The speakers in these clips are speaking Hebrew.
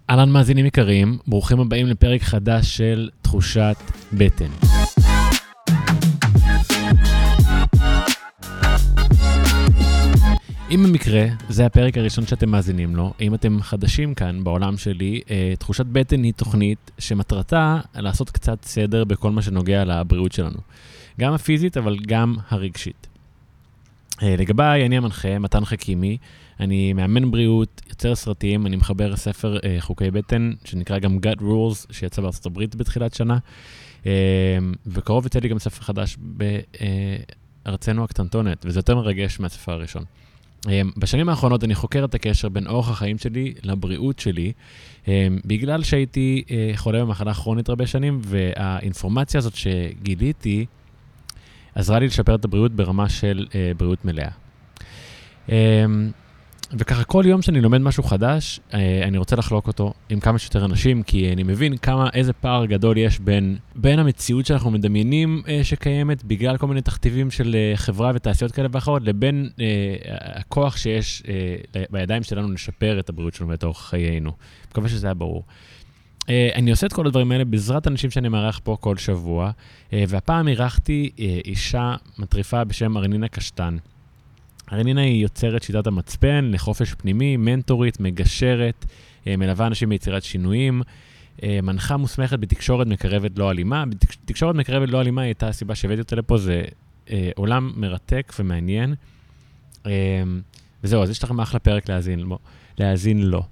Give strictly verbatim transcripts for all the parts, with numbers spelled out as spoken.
אהלן מאזינים יקרים, ברוכים הבאים לפרק חדש של תחושת בטן. אם במקרה, זה הפרק הראשון שאתם מאזינים לו, אם אתם חדשים כאן בעולם שלי, תחושת בטן היא תוכנית שמטרתה לעשות קצת סדר בכל מה שנוגע לבריאות שלנו. גם הפיזית, אבל גם הרגשית. לגביי, אני המנחה, מתן חכימי, אני מאמן בריאות, יוצר סרטים, אני מחבר ספר אה, חוקי בטן, שנקרא גם Gut Rules, שיצא בארצות הברית בתחילת שנה, אה, וקרוב יצא לי גם ספר חדש בארצנו הקטנטונת, וזה יותר מרגש מהספר הראשון. אה, בשנים האחרונות אני חוקר את הקשר בין אורח החיים שלי לבריאות שלי, אה, בגלל שהייתי אה, חולה במחלה כרונית הרבה שנים, והאינפורמציה הזאת שגיליתי, עזרה לי לשפר את הבריאות ברמה של אה, בריאות מלאה. אה, וככה כל יום שאני לומד משהו חדש, אני רוצה לחלוק אותו עם כמה שיותר אנשים, כי אני מבין כמה, איזה פער גדול יש בין, בין המציאות שאנחנו מדמיינים שקיימת, בגלל כל מיני תכתיבים של חברה ותעשיות כאלה ואחרות, לבין אה, הכוח שיש אה, בידיים שלנו לשפר את הבריאות שלנו ואת אורח חיינו. מקווה שזה היה ברור. אה, אני עושה את כל הדברים האלה בעזרת אנשים שאני מארח פה כל שבוע, אה, והפעם אירחתי אה, אישה מטריפה בשם ארנינה קשטן. ארנינה היא יוצרת שיטת המצפן לחופש פנימי, מנטורית, מגשרת, מלווה אנשים ביצירת שינויים, מנחה מוסמכת בתקשורת מקרבת לא אלימה. בתקשורת מקרבת לא אלימה הייתה הסיבה שהבאתי אותה לפה, זה עולם מרתק ומעניין. וזהו, אז יש לכם אחלה פרק להאזין, להאזין לו.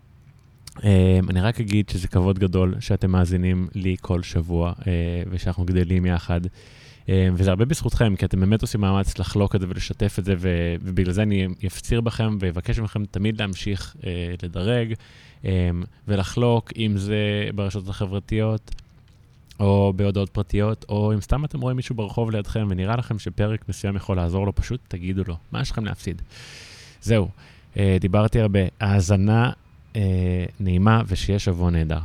אני רק אגיד שזה כבוד גדול שאתם מאזינים לי כל שבוע, ושאנחנו גדלים יחד. וזה הרבה בזכותכם, כי אתם באמת עושים מאמץ לחלוק את זה ולשתף את זה, ובגלל זה אני אפציר בכם ויבקש מכם תמיד להמשיך לדרג ולחלוק, אם זה ברשתות החברתיות, או בהודעות פרטיות, או אם סתם אתם רואים מישהו ברחוב לידכם, ונראה לכם שפרק מסוים יכול לעזור לו, פשוט תגידו לו, מה יש לכם להפסיד? זהו, דיברתי הרבה, האזנה נעימה ושיהיה שבוע נהדר.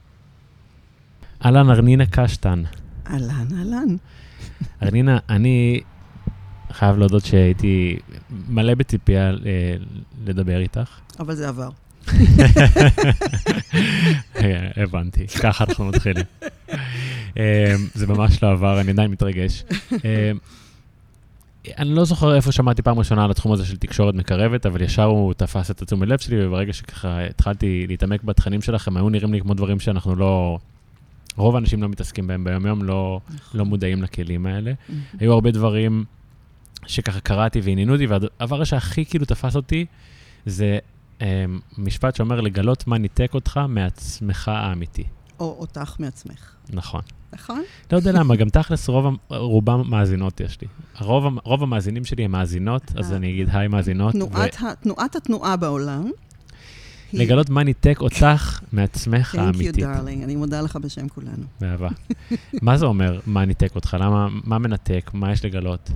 אהלן ארנינה קשטן. אהלן, אהלן. ארנינה, אני חייב להודות שהייתי מלא בציפייה לדבר איתך. אבל זה עבר. הבנתי, ככה אנחנו מתחילים. זה ממש לא עבר, אני עדיין מתרגש. אני לא זוכר איפה שמעתי פעם ראשונה על התחום הזה של תקשורת מקרבת, אבל ישר הוא תפס את עצום הלב שלי, וברגע שככה התחלתי להתעמק בתכנים שלכם, היו נראים לי כמו דברים שאנחנו לא... רוב האנשים לא מתעסקים בהם ביום יום, לא, לא מודעים לכלים האלה. היו הרבה דברים שככה קראתי ועניינו אותי, והדבר שהכי כאילו תפס אותי, זה משפט שאומר לגלות מה ניתק אותך מעצמך האמיתי. או אותך מעצמך. נכון. נכון? לא יודע למה, גם תכלס רוב, רובם מאזינות יש לי. הרוב, רוב המאזינים שלי הם מאזינות, אז אני אגיד היי מאזינות. תנועת, ו... תנועת התנועה בעולם, לגלות מה ניתק אותך מעצמך האמיתית. Thank you, darling. אני מודה לך בשם כולנו. באהבה. מה זה אומר, מה ניתק אותך? למה, מה מנתק? מה יש לגלות?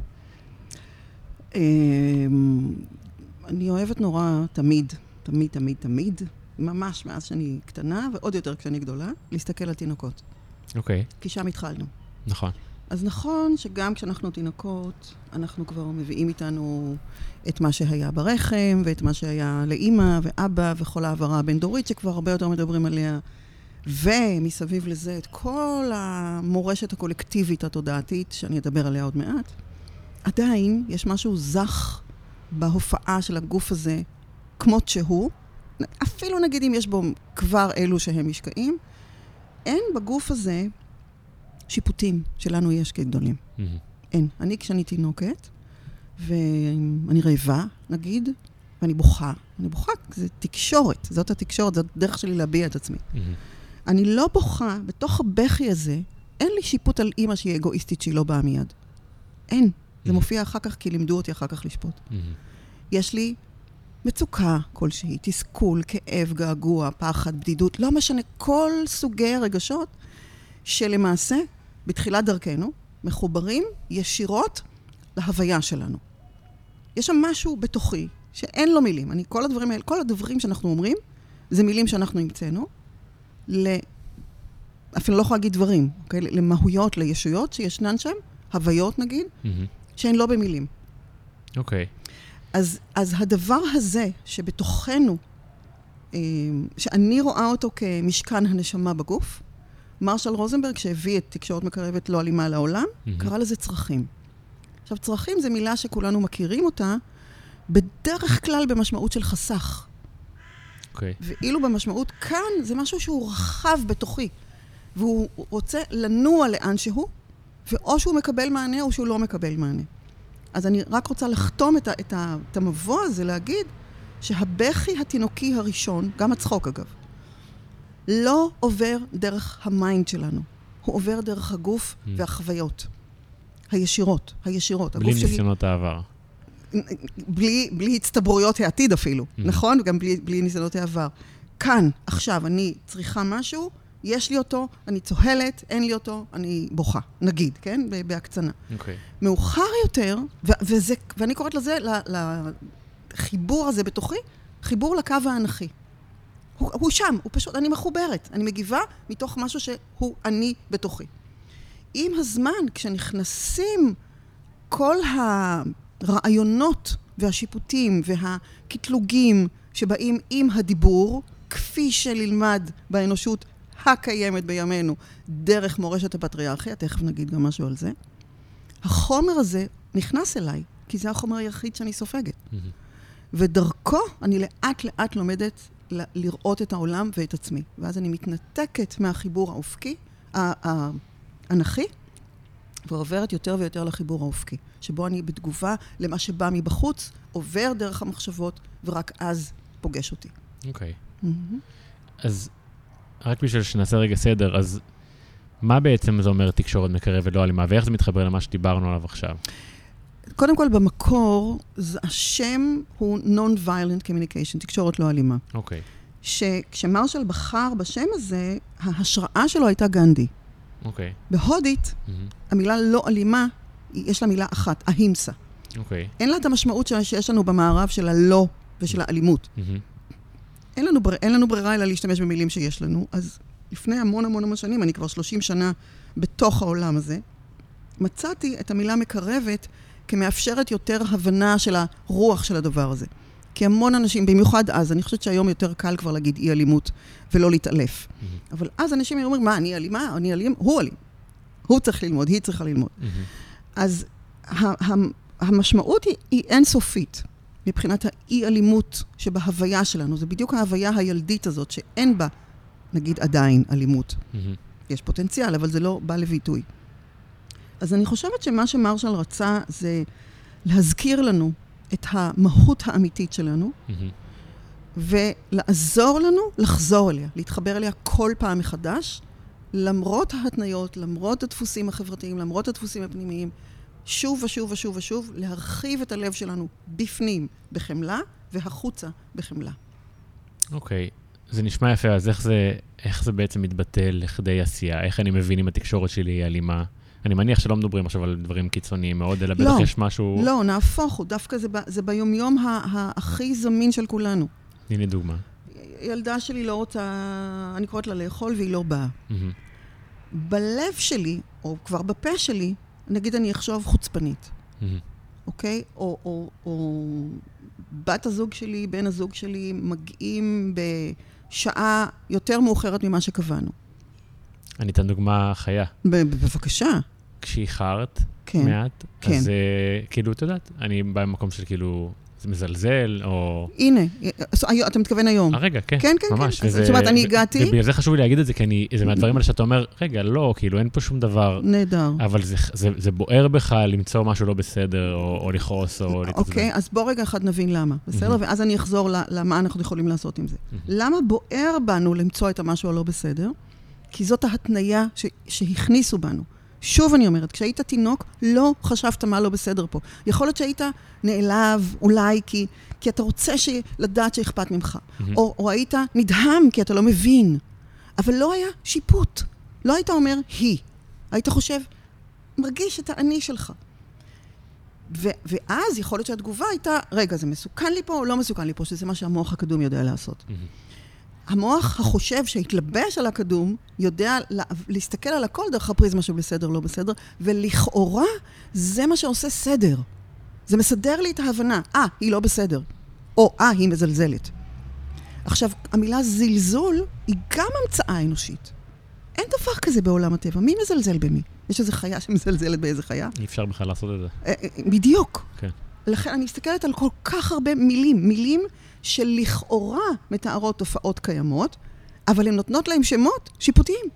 אני אוהבת נורא תמיד, תמיד, תמיד, תמיד, ממש מאז שאני קטנה, ועוד יותר כשאני גדולה, להסתכל על תינוקות. אוקיי. כי שם התחלנו. נכון. אז נכון שגם כשאנחנו תינוקות, אנחנו כבר מביאים איתנו את מה שהיה ברחם, ואת מה שהיה לאמא ואבא, וכל העברה הבין-דורית שכבר הרבה יותר מדברים עליה, ומסביב לזה את כל המורשת הקולקטיבית התודעתית, שאני אדבר עליה עוד מעט. עדיין יש משהו זך בהופעה של הגוף הזה, כמות שהוא, אפילו נגיד אם יש בו כבר אלו שהם משקעים, אין בגוף הזה שיפוטים שלנו יש כגדולים. Mm-hmm. אין. אני כשאני תינוקת, ואני רעבה, נגיד, ואני בוכה. אני בוכה, זה תקשורת. זאת התקשורת, זאת דרך שלי להביע את עצמי. Mm-hmm. אני לא בוכה, בתוך הבכי הזה, אין לי שיפוט על אמא שהיא אגואיסטית שהיא לא באה מיד. אין. Mm-hmm. זה מופיע אחר כך, כי לימדו אותי אחר כך לשפוט. Mm-hmm. יש לי מצוקה כלשהי, תסכול, כאב, געגוע, פחד, בדידות, לא משנה, כל סוגי הרגשות שלמעשה, בתחילת דרכנו, מחוברים ישירות להוויה שלנו. יש שם משהו בתוכי, שאין לו מילים. אני, כל הדברים האלה, כל הדברים שאנחנו אומרים, זה מילים שאנחנו המצאנו, ל... אפילו לא יכולה להגיד דברים, אוקיי? למהויות, לישויות שישנן שם, הוויות נגיד, mm-hmm. שהן לא במילים. אוקיי. אז, אז הדבר הזה שבתוכנו שאני רואה אותו כמשכן הנשמה בגוף. מרשל רוזנברג, שהביא את תקשורת מקרבת לא אלימה לעולם, mm-hmm. קרא לזה צרכים. עכשיו, צרכים זה מילה שכולנו מכירים אותה, בדרך כלל במשמעות של חסך. אוקיי. Okay. ואילו במשמעות כאן זה משהו שהוא רחב בתוכי, והוא רוצה לנוע לאן שהוא, ואו שהוא מקבל מענה או שהוא לא מקבל מענה. אז אני רק רוצה לחתום את, ה, את, ה, את המבוא הזה, להגיד שהבכי התינוקי הראשון, גם הצחוק אגב, לא עובר דרך המיינד שלנו. הוא עובר דרך הגוף mm. והחוויות. הישירות, הישירות. בלי ניסיונות שלי, העבר. בלי, בלי הצטברויות העתיד אפילו, mm. נכון? גם בלי, בלי ניסיונות העבר. כאן, עכשיו, אני צריכה משהו, יש לי אותו, אני צוהלת, אין לי אותו, אני בוכה, נגיד, כן? בהקצנה. אוקיי. מאוחר יותר, ו- וזה, ואני קוראת לזה, לחיבור הזה בתוכי, חיבור לקו האנכי. הוא, הוא שם, הוא פשוט, אני מחוברת, אני מגיבה מתוך משהו שהוא אני בתוכי. עם הזמן, כשנכנסים כל הרעיונות והשיפוטים והקטלוגים שבאים עם הדיבור, כפי שללמד באנושות הקיימת בימינו, דרך מורשת הפטריארכיה, תכף נגיד גם משהו על זה, החומר הזה נכנס אליי, כי זה החומר היחיד שאני סופגת. Mm-hmm. ודרכו אני לאט לאט לומדת ל- לראות את העולם ואת עצמי. ואז אני מתנתקת מהחיבור האופקי, האנכי, ועוברת יותר ויותר לחיבור האופקי, שבו אני בתגובה למה שבא מבחוץ, עובר דרך המחשבות, ורק אז פוגש אותי. אוקיי. Okay. Mm-hmm. אז רק בשביל שנעשה רגע סדר, אז מה בעצם זה אומר תקשורת מקרבת ולא אלימה, ואיך זה מתחבר למה שדיברנו עליו עכשיו? קודם כל, במקור, השם הוא Non-Violent Communication, תקשורת לא אלימה. אוקיי. שכשמרשל בחר בשם הזה, ההשראה שלו הייתה גנדי. אוקיי. בהודית, mm-hmm. המילה לא אלימה, יש לה מילה אחת, ההימסה. אוקיי. אין לה את המשמעות שלה שיש לנו במערב של הלא ושל האלימות. Mm-hmm. אין לנו, בר... אין לנו ברירה אלא להשתמש במילים שיש לנו, אז לפני המון המון המון שנים, אני כבר שלושים שנה בתוך העולם הזה, מצאתי את המילה מקרבת כמאפשרת יותר הבנה של הרוח של הדבר הזה. כי המון אנשים, במיוחד אז, אני חושבת שהיום יותר קל כבר להגיד אי אלימות ולא להתעלף. Mm-hmm. אבל אז אנשים אומרים, מה, אני אלימה? אני אלים? הוא אלים. הוא צריך ללמוד, היא צריכה ללמוד. Mm-hmm. אז ה- ה- המשמעות היא, היא אינסופית. מבחינת האי-אלימות שבהוויה שלנו. זה בדיוק ההוויה הילדית הזאת, שאין בה, נגיד, עדיין אלימות. Mm-hmm. יש פוטנציאל, אבל זה לא בא לביטוי. אז אני חושבת שמה שמרשל רצה זה להזכיר לנו את המהות האמיתית שלנו, mm-hmm. ולעזור לנו לחזור אליה, להתחבר אליה כל פעם מחדש, למרות ההתניות, למרות הדפוסים החברתיים, למרות הדפוסים הפנימיים, שוב ושוב ושוב ושוב, להרחיב את הלב שלנו בפנים בחמלה, והחוצה בחמלה. אוקיי, זה נשמע יפה, אז איך זה, איך זה בעצם מתבטא לכדי עשייה? איך אני מבין אם התקשורת שלי היא אלימה? אני מניח שלא מדברים עכשיו על דברים קיצוניים מאוד, אלא בטח יש משהו... לא, נהפוך הוא, דווקא זה, זה ביומיום הכי זמין של כולנו. הנה דוגמה. ילדה שלי לא רוצה, אני קוראת לה לאכול והיא לא באה. Mm-hmm. בלב שלי, או כבר בפה שלי, נגיד אני אחשוב חוצפנית, mm-hmm. אוקיי? או, או, או בת הזוג שלי, בן הזוג שלי, מגיעים בשעה יותר מאוחרת ממה שקבענו. אני אתן דוגמה חיה. בבקשה. כשאיחרת כן, מעט, כן. אז uh, כאילו, אתה יודעת, אני בא במקום של כאילו, זה מזלזל, או... הנה, אתה מתכוון היום. הרגע, כן, כן, כן, ממש. כן. זאת אומרת, אני הגעתי... ובגלל זה חשוב לי להגיד את זה, כי אני, זה מהדברים האלה שאתה אומר, רגע, לא, כאילו, אין פה שום דבר. נהדר. אבל זה, זה, זה בוער בך למצוא משהו לא בסדר, או, או לכעוס, או להתעצבן. אוקיי, אז בוא רגע אחד נבין למה, בסדר? ואז אני אחזור למה אנחנו יכולים לעשות עם זה. למה בוער בנו למצוא את המשהו הלא בסדר? כי זאת ההתניה ש- שהכניסו בנו. שוב אני אומרת, כשהיית תינוק, לא חשבת מה לא בסדר פה. יכול להיות שהיית נעלב, אולי, כי, כי אתה רוצה ש- לדעת שאכפת ממך. Mm-hmm. או, או היית נדהם, כי אתה לא מבין. אבל לא היה שיפוט. לא היית אומר, היא. היית חושב, מרגיש את האני שלך. ו- ואז יכול להיות שהתגובה הייתה, רגע, זה מסוכן לי פה או לא מסוכן לי פה, שזה מה שהמוח הקדום יודע לעשות. Mm-hmm. המוח החושב שהתלבש על הקדום, יודע להסתכל על הכל דרך הפריזמה של בסדר, לא בסדר, ולכאורה זה מה שעושה סדר. זה מסדר לי את ההבנה, אה, היא לא בסדר, או אה, היא מזלזלת. עכשיו, המילה זלזול היא גם המצאה אנושית. אין דבר כזה בעולם הטבע. מי מזלזל במי? יש איזו חיה שמזלזלת באיזה חיה? אי אפשר בכלל לעשות את זה. בדיוק. כן. לכן אני מסתכלת על כל כך הרבה מילים, מילים שלכאורה מתארות תופעות קיימות, אבל הן נותנות להם שמות שיפוטיים.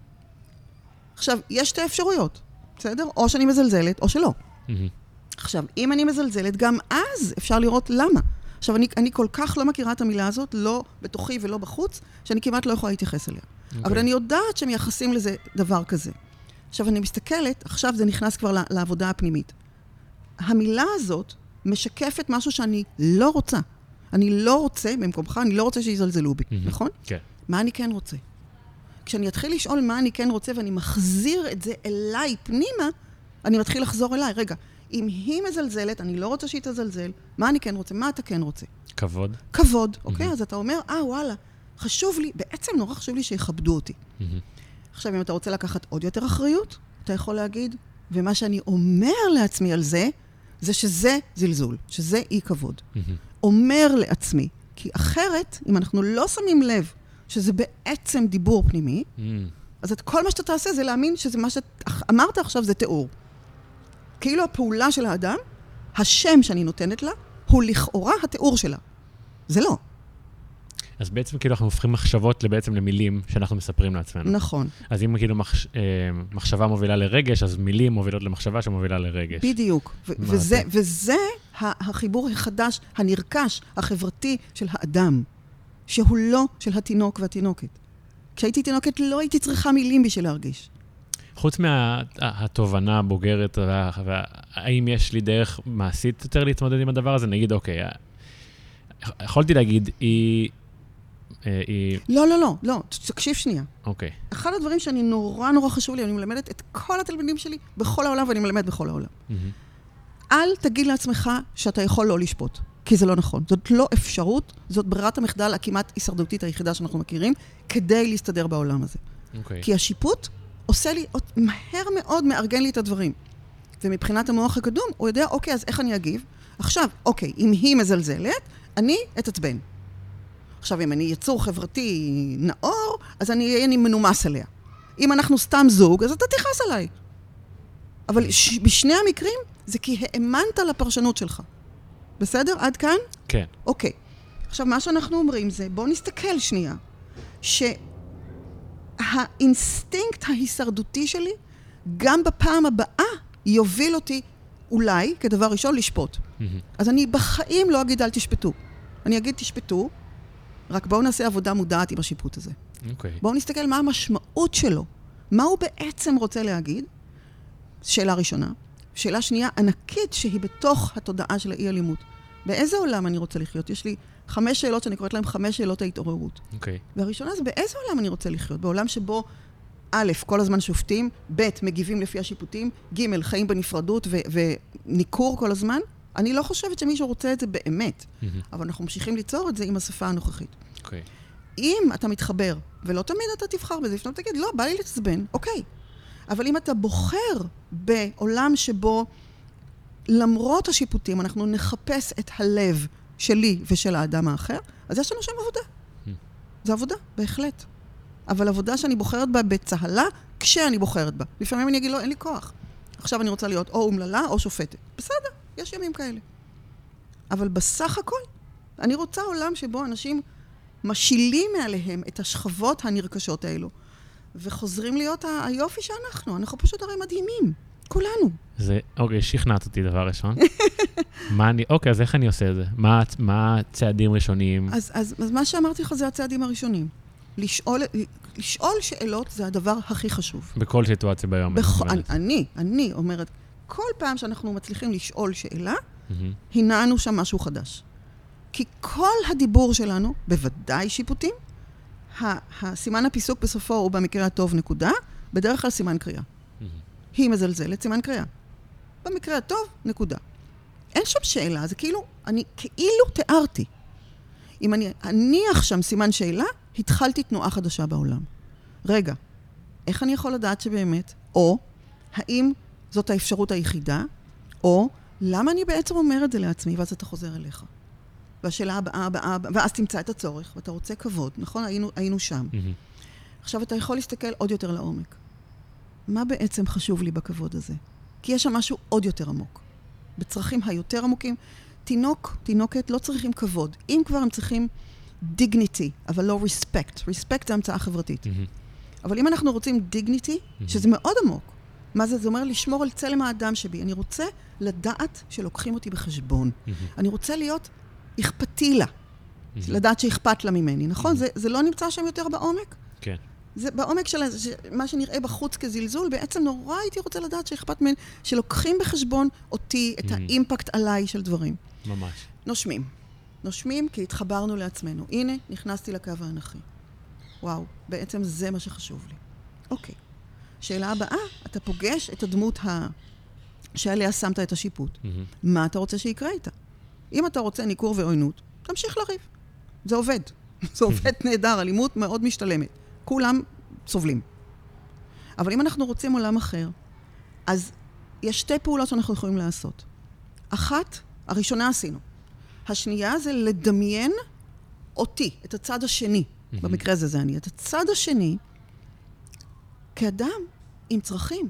עכשיו, יש שתי אפשרויות, בסדר? או שאני מזלזלת, או שלא. Mm-hmm. עכשיו, אם אני מזלזלת, גם אז אפשר לראות למה. עכשיו, אני, אני כל כך לא מכירה את המילה הזאת, לא בתוכי ולא בחוץ, שאני כמעט לא יכולה להתייחס אליה. Okay. אבל אני יודעת שמייחסים לזה דבר כזה. עכשיו, אני מסתכלת, עכשיו זה נכנס כבר לעבודה הפנימית. המילה הזאת משקפת משהו שאני לא רוצה. אני לא רוצה, במקומך, אני לא רוצה שיזלזלו בי, mm-hmm. נכון? כן. Okay. מה אני כן רוצה? כשאני אתחיל לשאול מה אני כן רוצה, ואני מחזיר את זה אליי פנימה, אני מתחיל לחזור אליי. רגע, אם היא מזלזלת, אני לא רוצה שהיא תזלזל, מה אני כן רוצה? מה אתה כן רוצה? כבוד. כבוד, אוקיי? אז אתה אומר, אה, וואלה, חשוב לי, בעצם נורא חשוב לי שיכבדו אותי. עכשיו, אם אתה רוצה לקחת עוד יותר אחריות, אתה יכול להגיד, ומה שאני אומר לעצמי על זה, זה שזה זלזול, שזה אי כבוד. אומר לעצמי, כי אחרת, אם אנחנו לא שמים לב שזה בעצם דיבור פנימי, אז את כל מה שאתה תעשה זה להאמין שזה מה שאמרת עכשיו זה תיאור. כאילו הפעולה של האדם, השם שאני נותנת לה, הוא לכאורה התיאור שלה. זה לא. אז בעצם כאילו אנחנו הופכים מחשבות בעצם למילים שאנחנו מספרים לעצמנו. נכון. אז אם כאילו מחש... מחשבה מובילה לרגש, אז מילים מובילות למחשבה שמובילה לרגש. בדיוק. ו- וזה, וזה החיבור החדש, הנרכש, החברתי של האדם, שהוא לא של התינוק והתינוקת. כשהייתי תינוקת לא הייתי צריכה מילים בשביל להרגיש. חוץ מהתובנה הבוגרת, והאם יש לי דרך מעשית יותר להתמודד עם הדבר הזה, נגיד, אוקיי, יכולתי להגיד, היא... לא, לא, לא, לא, תקשיב שנייה. אוקיי. אחד הדברים שאני נורא נורא חשוב לי, אני מלמדת את כל התלמידים שלי בכל העולם, ואני מלמד בכל העולם. אל תגיד לעצמך שאתה יכול לא לשפוט, כי זה לא נכון. זאת לא אפשרות, זאת ברירת המחדל הכמעט הישרדותית היחידה שאנחנו מכירים, כדי להסתדר בעולם הזה. אוקיי. כי השיפוט עושה לי, מהר מאוד מארגן לי את הדברים. ומבחינת המוח הקדום, הוא יודע, אוקיי, אז איך אני אגיב? עכשיו, אוקיי, אם היא מזלזלת, אני אתעצבן. עכשיו, אם אני יצור חברתי נאור, אז אני אהיה מנומס עליה. אם אנחנו סתם זוג, אז אתה תכעס עליי. אבל ש- בשני המקרים, זה כי האמנת לפרשנות שלך. בסדר? עד כאן? כן. אוקיי. עכשיו, מה שאנחנו אומרים זה, בואו נסתכל שנייה, שהאינסטינקט ההישרדותי שלי, גם בפעם הבאה, יוביל אותי אולי, כדבר ראשון, לשפוט. Mm-hmm. אז אני בחיים לא אגיד, אל תשפטו. אני אגיד, תשפטו, רק בואו נעשה עבודה מודעת עם השיפוט הזה. אוקיי. Okay. בואו נסתכל מה המשמעות שלו. מה הוא בעצם רוצה להגיד? שאלה ראשונה. שאלה שנייה, ענקית, שהיא בתוך התודעה של האי-אלימות. באיזה עולם אני רוצה לחיות? יש לי חמש שאלות שאני קוראת להן חמש שאלות ההתעוררות. אוקיי. Okay. והראשונה זה באיזה עולם אני רוצה לחיות? בעולם שבו א', כל הזמן שופטים, ב', מגיבים לפי השיפוטים, ג', חיים בנפרדות ו- וניקור כל הזמן. אני לא חושבת שמישהו רוצה את זה באמת, mm-hmm. אבל אנחנו ממשיכים ליצור את זה עם השפה הנוכחית. אוקיי. Okay. אם אתה מתחבר, ולא תמיד אתה תבחר בזה, לפעמים תגיד, לא, בא לי להתעצבן, אוקיי. אבל אם אתה בוחר בעולם שבו, למרות השיפוטים, אנחנו נחפש את הלב שלי ושל האדם האחר, אז יש לנו שם עבודה. Mm-hmm. זו עבודה, בהחלט. אבל עבודה שאני בוחרת בה בצהלה, כשאני בוחרת בה. לפעמים אני אגיד, לא, אין לי כוח. עכשיו אני רוצה להיות או אומללה או שופטת. בסדר, יש ימים כאלה. אבל בסך הכל, אני רוצה עולם שבו אנשים משילים מעליהם את השכבות הנרכשות האלו, וחוזרים להיות ה- היופי שאנחנו. אנחנו פשוט הרי מדהימים. כולנו. זה, אוקיי, שכנעת אותי דבר ראשון. מה אני, אוקיי, אז איך אני עושה את זה? מה, מה הצעדים ראשוניים? אז, אז, אז מה שאמרתי לך זה הצעדים הראשונים. לשאול, לשאול שאלות זה הדבר הכי חשוב. בכל סיטואציה ביום. בכ... אני, אני, אני אומרת, כל פעם שאנחנו מצליחים לשאול שאלה, mm-hmm. הנענו שם משהו חדש. כי כל הדיבור שלנו, בוודאי שיפוטים, הסימן הפיסוק בסופו הוא במקרה הטוב נקודה, בדרך כלל סימן קריאה. Mm-hmm. היא מזלזלת, סימן קריאה. במקרה הטוב, נקודה. אין שם שאלה, זה כאילו, אני כאילו תיארתי. אם אני אניח שם סימן שאלה, התחלתי תנועה חדשה בעולם. רגע, איך אני יכול לדעת שבאמת? או, האם זאת האפשרות היחידה? או, למה אני בעצם אומר את זה לעצמי, ואז אתה חוזר אליך? והשאלה הבאה, הבאה, ואז תמצא את הצורך, ואתה רוצה כבוד, נכון? היינו, היינו שם. Mm-hmm. עכשיו אתה יכול להסתכל עוד יותר לעומק. מה בעצם חשוב לי בכבוד הזה? כי יש שם משהו עוד יותר עמוק. בצרכים היותר עמוקים, תינוק, תינוקת לא צריכים כבוד. אם כבר הם צריכים dignity, אבל לא respect. respect זה המצאה חברתית. Mm-hmm. אבל אם אנחנו רוצים dignity, mm-hmm. שזה מאוד עמוק, מה זה? זה אומר לשמור על צלם האדם שבי. אני רוצה לדעת שלוקחים אותי בחשבון. Mm-hmm. אני רוצה להיות אכפתי לה. Mm-hmm. לדעת שאכפת לה ממני, נכון? Mm-hmm. זה, זה לא נמצא שם יותר בעומק? כן. זה בעומק של מה שנראה בחוץ כזלזול, בעצם נורא הייתי רוצה לדעת שאכפת ממני, שלוקחים בחשבון אותי, את mm-hmm. האימפקט עליי של דברים. ממש. נושמים. נושמים כי התחברנו לעצמנו. הנה, נכנסתי לקו האנכי. וואו, בעצם זה מה שחשוב לי. אוקיי. שאלה הבאה, אתה פוגש את הדמות ה... שעליה שמת את השיפוט. Mm-hmm. מה אתה רוצה שיקרה איתה? אם אתה רוצה ניכור ועוינות, תמשיך לריב. זה עובד. זה עובד נהדר, אלימות מאוד משתלמת. כולם סובלים. אבל אם אנחנו רוצים עולם אחר, אז יש שתי פעולות שאנחנו יכולים לעשות. אחת, הראשונה עשינו. השנייה זה לדמיין אותי, את הצד השני. Mm-hmm. במקרה הזה זה אני. את הצד השני, כאדם עם צרכים.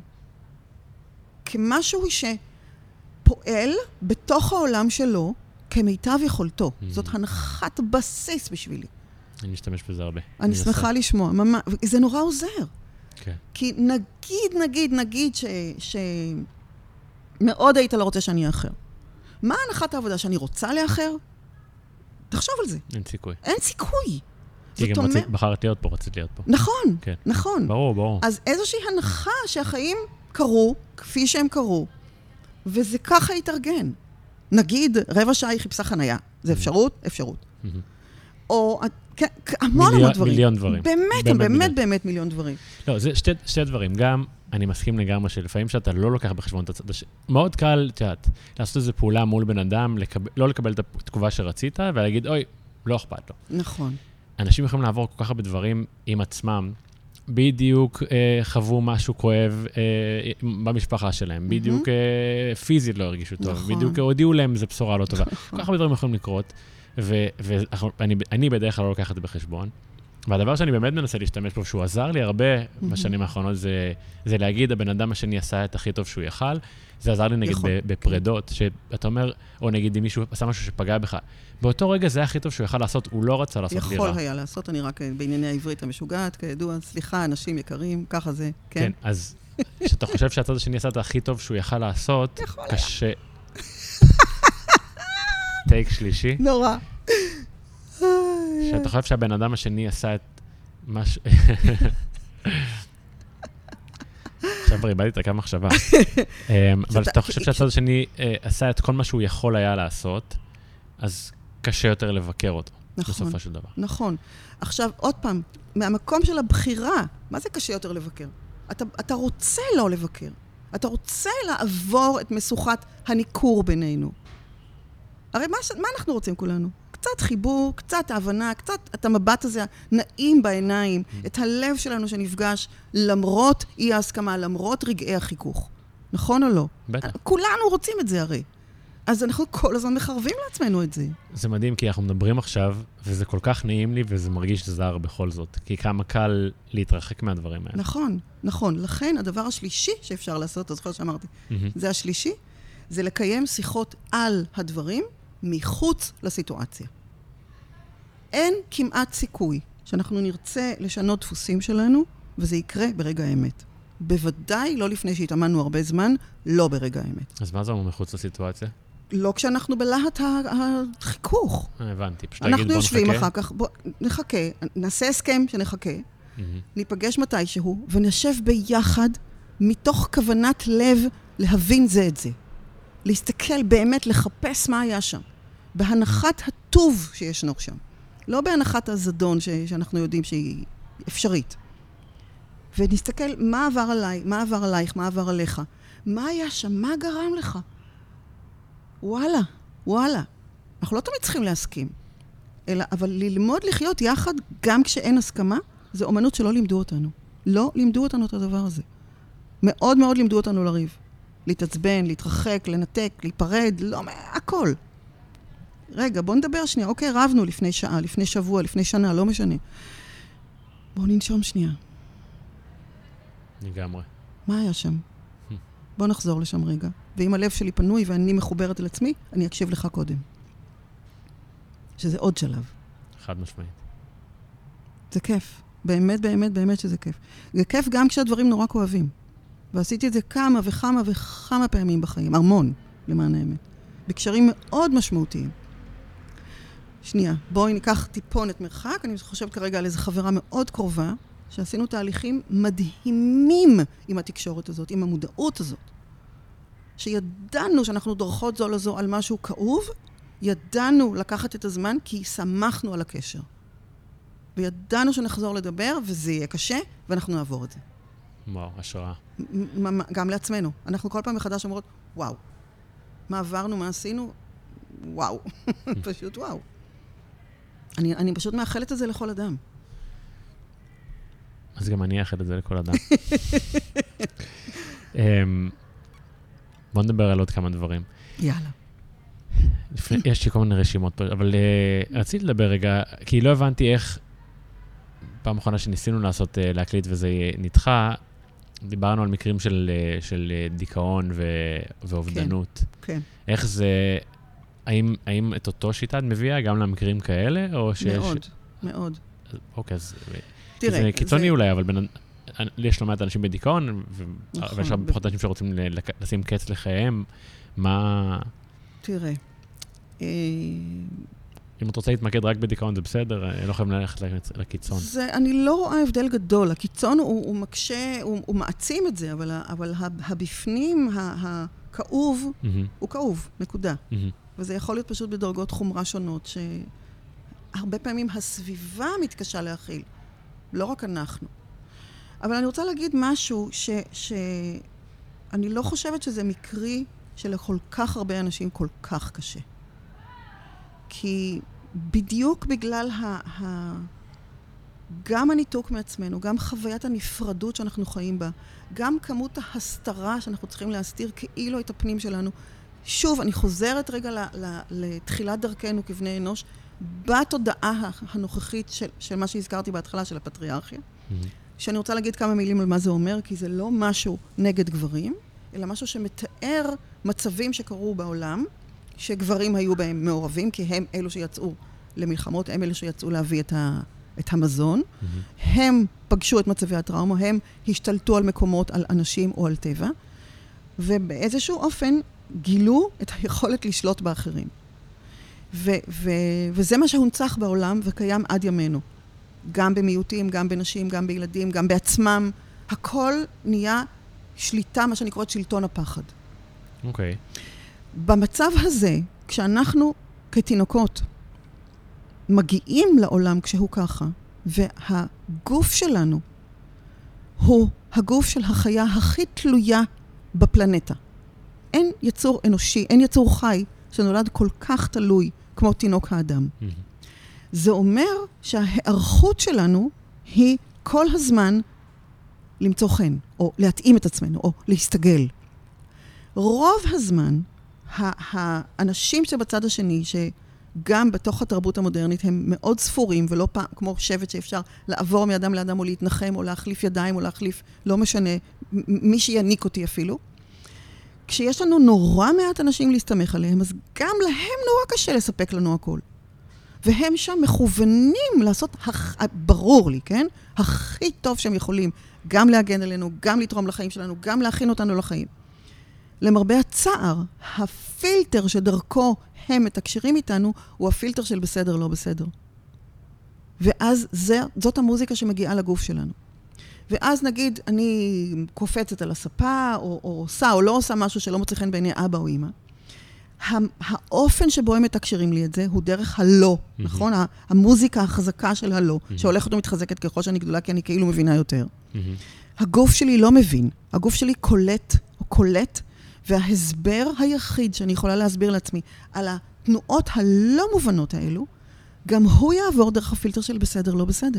כמשהו שפועל בתוך העולם שלו, כמיטב יכולתו. Mm-hmm. זאת הנחת בסיס בשבילי. אני משתמש בזה הרבה. אני שמחה לשמוע. ממש, זה נורא עוזר. כן. כי נגיד, נגיד, נגיד ש... ש... מאוד היית לא רוצה שאני אהיה אחר. מה הנחת העבודה שאני רוצה לאחר? תחשוב על זה. אין סיכוי. אין סיכוי. כי גם רצית, בחרת להיות פה, רצית להיות פה. נכון, כן. נכון. ברור, ברור. אז איזושהי הנחה שהחיים קרו, כפי שהם קרו, וזה ככה יתארגן. נגיד, רבע שעה היא חיפשה חנייה. זה אפשרות? אפשרות. או המון המון דברים. מיליון דברים. באמת, באמת, באמת מיליון דברים. לא, זה שתי דברים. גם אני מסכים לגמרי שלפעמים שאתה לא לוקח בחשבון את הצד השני. מאוד קל, תשעת, לעשות איזו פעולה מול בן אדם, לא לקבל את התגובה שרצית, ולהגיד, אוי, לא אכפת לו. נכון. אנשים יכולים לעבור כל כך הרבה דברים עם עצמם, בדיוק אה, חוו משהו כואב אה, במשפחה שלהם, בדיוק אה, פיזית לא הרגישו טוב, נכון. בדיוק הודיעו להם זו בשורה לא טובה. כל כך הרבה דברים יכולים לקרות, ואני אני בדרך כלל לא לוקח את זה בחשבון. והדבר שאני באמת מנסה להשתמש פה, שהוא עזר לי הרבה בשנים האחרונות, זה, זה להגיד, הבן אדם השני עשה את הכי טוב שהוא יכל. זה עזר לי נגיד בפרדות, שאתה אומר, או נגיד אם מישהו עשה משהו שפגע בך. באותו רגע זה הכי טוב שהוא יכל לעשות, הוא לא רצה לעשות לי רע. יכול היה לעשות, אני רק בענייני העברית המשוגעת, כידוע, סליחה, אנשים יקרים, ככה זה, כן? כן, אז כשאתה חושב שהצד השני עשה את הכי טוב שהוא יכל לעשות, קשה... טייק שלישי. נורא. שאתה חושב שהבן אדם השני עשה את משהו... עכשיו כבר איבדתי את הקו מחשבה. אבל אתה חושב שהצד השני עשה את כל מה שהוא יכול היה לעשות, אז קשה יותר לבקר אותו, בסופו של דבר. נכון. עכשיו, עוד פעם, מהמקום של הבחירה, מה זה קשה יותר לבקר? אתה רוצה לא לבקר. אתה רוצה לעבור את משוכת הניכור בינינו. הרי מה אנחנו רוצים כולנו? קצת חיבור, קצת הבנה, קצת את המבט הזה נעים בעיניים, את הלב שלנו שנפגש למרות אי ההסכמה, למרות רגעי החיכוך. נכון או לא? בטח. כולנו רוצים את זה הרי. אז אנחנו כל הזמן מחרבים לעצמנו את זה. זה מדהים, כי אנחנו מדברים עכשיו, וזה כל כך נעים לי, וזה מרגיש זר בכל זאת. כי כמה קל להתרחק מהדברים האלה. נכון, נכון. לכן הדבר השלישי שאפשר לעשות, אתה זוכר שאמרתי, זה השלישי, זה לקיים שיחות על הדברים, מחוץ לסיטואציה. אין כמעט סיכוי שאנחנו נרצה לשנות דפוסים שלנו, וזה יקרה ברגע האמת. בוודאי לא לפני שהתאמנו הרבה זמן, לא ברגע האמת. אז מה זה אומר מחוץ לסיטואציה? לא כשאנחנו בלהט החיכוך. הבנתי, פשוט להגיד בוא נחכה. אנחנו יושבים אחר כך, בוא נחכה, נעשה הסכם שנחכה, ניפגש מתישהו, ונשב ביחד מתוך כוונת לב להבין זה את זה. להסתכל באמת, לחפש מה היה שם. בהנחת הטוב שישנו שם. לא בהנחת הזדון ש- שאנחנו יודעים שהיא אפשרית. ונסתכל מה עבר עליי, מה עבר עלייך, מה עבר עליך. מה היה שם? מה גרם לך? וואלה, וואלה. אנחנו לא תמיד צריכים להסכים. אלא, אבל ללמוד לחיות יחד, גם כשאין הסכמה, זה אומנות שלא לימדו אותנו. לא לימדו אותנו את הדבר הזה. מאוד מאוד לימדו אותנו לריב. להתעצבן, להתרחק, לנתק, להיפרד, לא, הכל. רגע, בוא נדבר שנייה. אוקיי, רבנו לפני שעה, לפני שבוע, לפני שנה, לא משנה. בוא ננשום שנייה. לגמרי. מה היה שם? בוא נחזור לשם רגע. ואם הלב שלי פנוי ואני מחוברת על עצמי, אני אקשיב לך קודם. שזה עוד שלב. חד משמעית. זה כיף. באמת, באמת, באמת שזה כיף. זה כיף גם כשהדברים נורא כואבים. ועשיתי את זה כמה וכמה וכמה פעמים בחיים. המון, למען האמת. בקשרים מאוד משמעותיים. שנייה, בואי ניקח טיפונת מרחק. אני חושבת כרגע על איזו חברה מאוד קרובה, שעשינו תהליכים מדהימים עם התקשורת הזאת, עם המודעות הזאת. שידענו שאנחנו דורכות זו לזו על משהו כאוב, ידענו לקחת את הזמן כי שמחנו על הקשר. וידענו שנחזור לדבר, וזה יהיה קשה, ואנחנו נעבור את זה. וואו, השראה. גם לעצמנו. אנחנו כל פעם מחדש אומרות, וואו. מה עברנו, מה עשינו? וואו. פשוט וואו. אני, אני פשוט מאחלת את זה לכל אדם. אז גם אני אאחל את זה לכל אדם. בוא נדבר על עוד כמה דברים. יאללה. יש לי כל מיני רשימות פה, אבל רציתי לדבר רגע, כי לא הבנתי איך, פעם אחרונה שניסינו לעשות, להקליט וזה נדחה, דיברנו על מקרים של, של דיכאון ו, ואובדנות. כן. איך זה, האם, האם את אותו שיטה את מביאה גם למקרים כאלה, או שיש... מאוד, מאוד. אוקיי, אז... תראה, זה קיצוני זה... אולי, אבל בין... יש לא מעט אנשים בדיכאון, נכון, ויש הרבה פחות אנשים שרוצים לשים קץ לחייהם. מה... תראה, אם את רוצה להתמקד רק בדיכאון, זה בסדר, לא חייבים ללכת לקיצון. זה, אני לא רואה הבדל גדול. הקיצון הוא, הוא מקשה, הוא, הוא מעצים את זה, אבל, אבל הבפנים, הכאוב, mm-hmm. הוא כאוב, נקודה. Mm-hmm. וזה יכול להיות פשוט בדרגות חומרה שונות, שהרבה פעמים הסביבה מתקשה להכיל. לא רק אנחנו. אבל אני רוצה להגיד משהו ש, שאני לא חושבת שזה מקרי שלכל כך הרבה אנשים כל כך קשה. כי בדיוק בגלל ה, ה, גם הניתוק מעצמנו, גם חוויית הנפרדות שאנחנו חיים בה, גם כמות ההסתרה שאנחנו צריכים להסתיר כאילו את הפנים שלנו. שוב, אני חוזרת רגע ל, ל, לתחילת דרכנו כבני אנוש, בתודעה הנוכחית של, של מה שהזכרתי בהתחלה של הפטריארכיה, mm-hmm. שאני רוצה להגיד כמה מילים על מה זה אומר, כי זה לא משהו נגד גברים, אלא משהו שמתאר מצבים שקרו בעולם, שגברים היו בהם מעורבים, כי הם אלו שיצאו למלחמות, הם אלו שיצאו להביא את, ה, את המזון. Mm-hmm. הם פגשו את מצבי הטראומה, הם השתלטו על מקומות, על אנשים או על טבע, ובאיזשהו אופן גילו את היכולת לשלוט באחרים. ו- ו- וזה מה שהונצח בעולם וקיים עד ימינו. גם במיעוטים, גם בנשים, גם בילדים, גם בעצמם. הכל נהיה שליטה, מה שאני קוראת שלטון הפחד. אוקיי. Okay. במצב הזה, כשאנחנו כתינוקות מגיעים לעולם כשהוא ככה, והגוף שלנו הוא הגוף של החיה הכי תלויה בפלנטה. אין יצור אנושי, אין יצור חי שנולד כל כך תלוי כמו תינוק האדם. Mm-hmm. זה אומר שההיערכות שלנו היא כל הזמן למצוא חן, או להתאים את עצמנו, או להסתגל. רוב הזמן, האנשים שבצד השני, שגם בתוך התרבות המודרנית, הם מאוד ספורים, ולא פעם, כמו שבט שאפשר לעבור מאדם לאדם, או להתנחם, או להחליף ידיים, או להחליף, לא משנה, מי שיניק אותי אפילו. כשיש לנו נורא מעט אנשים להסתמך עליהם, אז גם להם נורא קשה לספק לנו הכל. והם שם מכוונים לעשות, הח... ברור לי, כן? הכי טוב שהם יכולים, גם להגן עלינו, גם לתרום לחיים שלנו, גם להכין אותנו לחיים. למרבה הצער, הפילטר שדרכו הם מתקשרים איתנו, הוא הפילטר של בסדר, לא בסדר. ואז זה, זאת המוזיקה שמגיעה לגוף שלנו. ואז נגיד, אני קופצת על הספה, או, או עושה או לא עושה משהו שלא מוצא חן בעיני אבא או אמא. האופן שבו הם מתקשרים לי את זה, הוא דרך הלא, mm-hmm. נכון? המוזיקה החזקה של הלא, mm-hmm. שהולכת ומתחזקת ככל שאני גדולה, כי אני כאילו מבינה יותר. Mm-hmm. הגוף שלי לא מבין. הגוף שלי קולט, או קולט, וההסבר היחיד שאני יכולה להסביר לעצמי, על התנועות הלא מובנות האלו, גם הוא יעבור דרך הפילטר של בסדר, לא בסדר.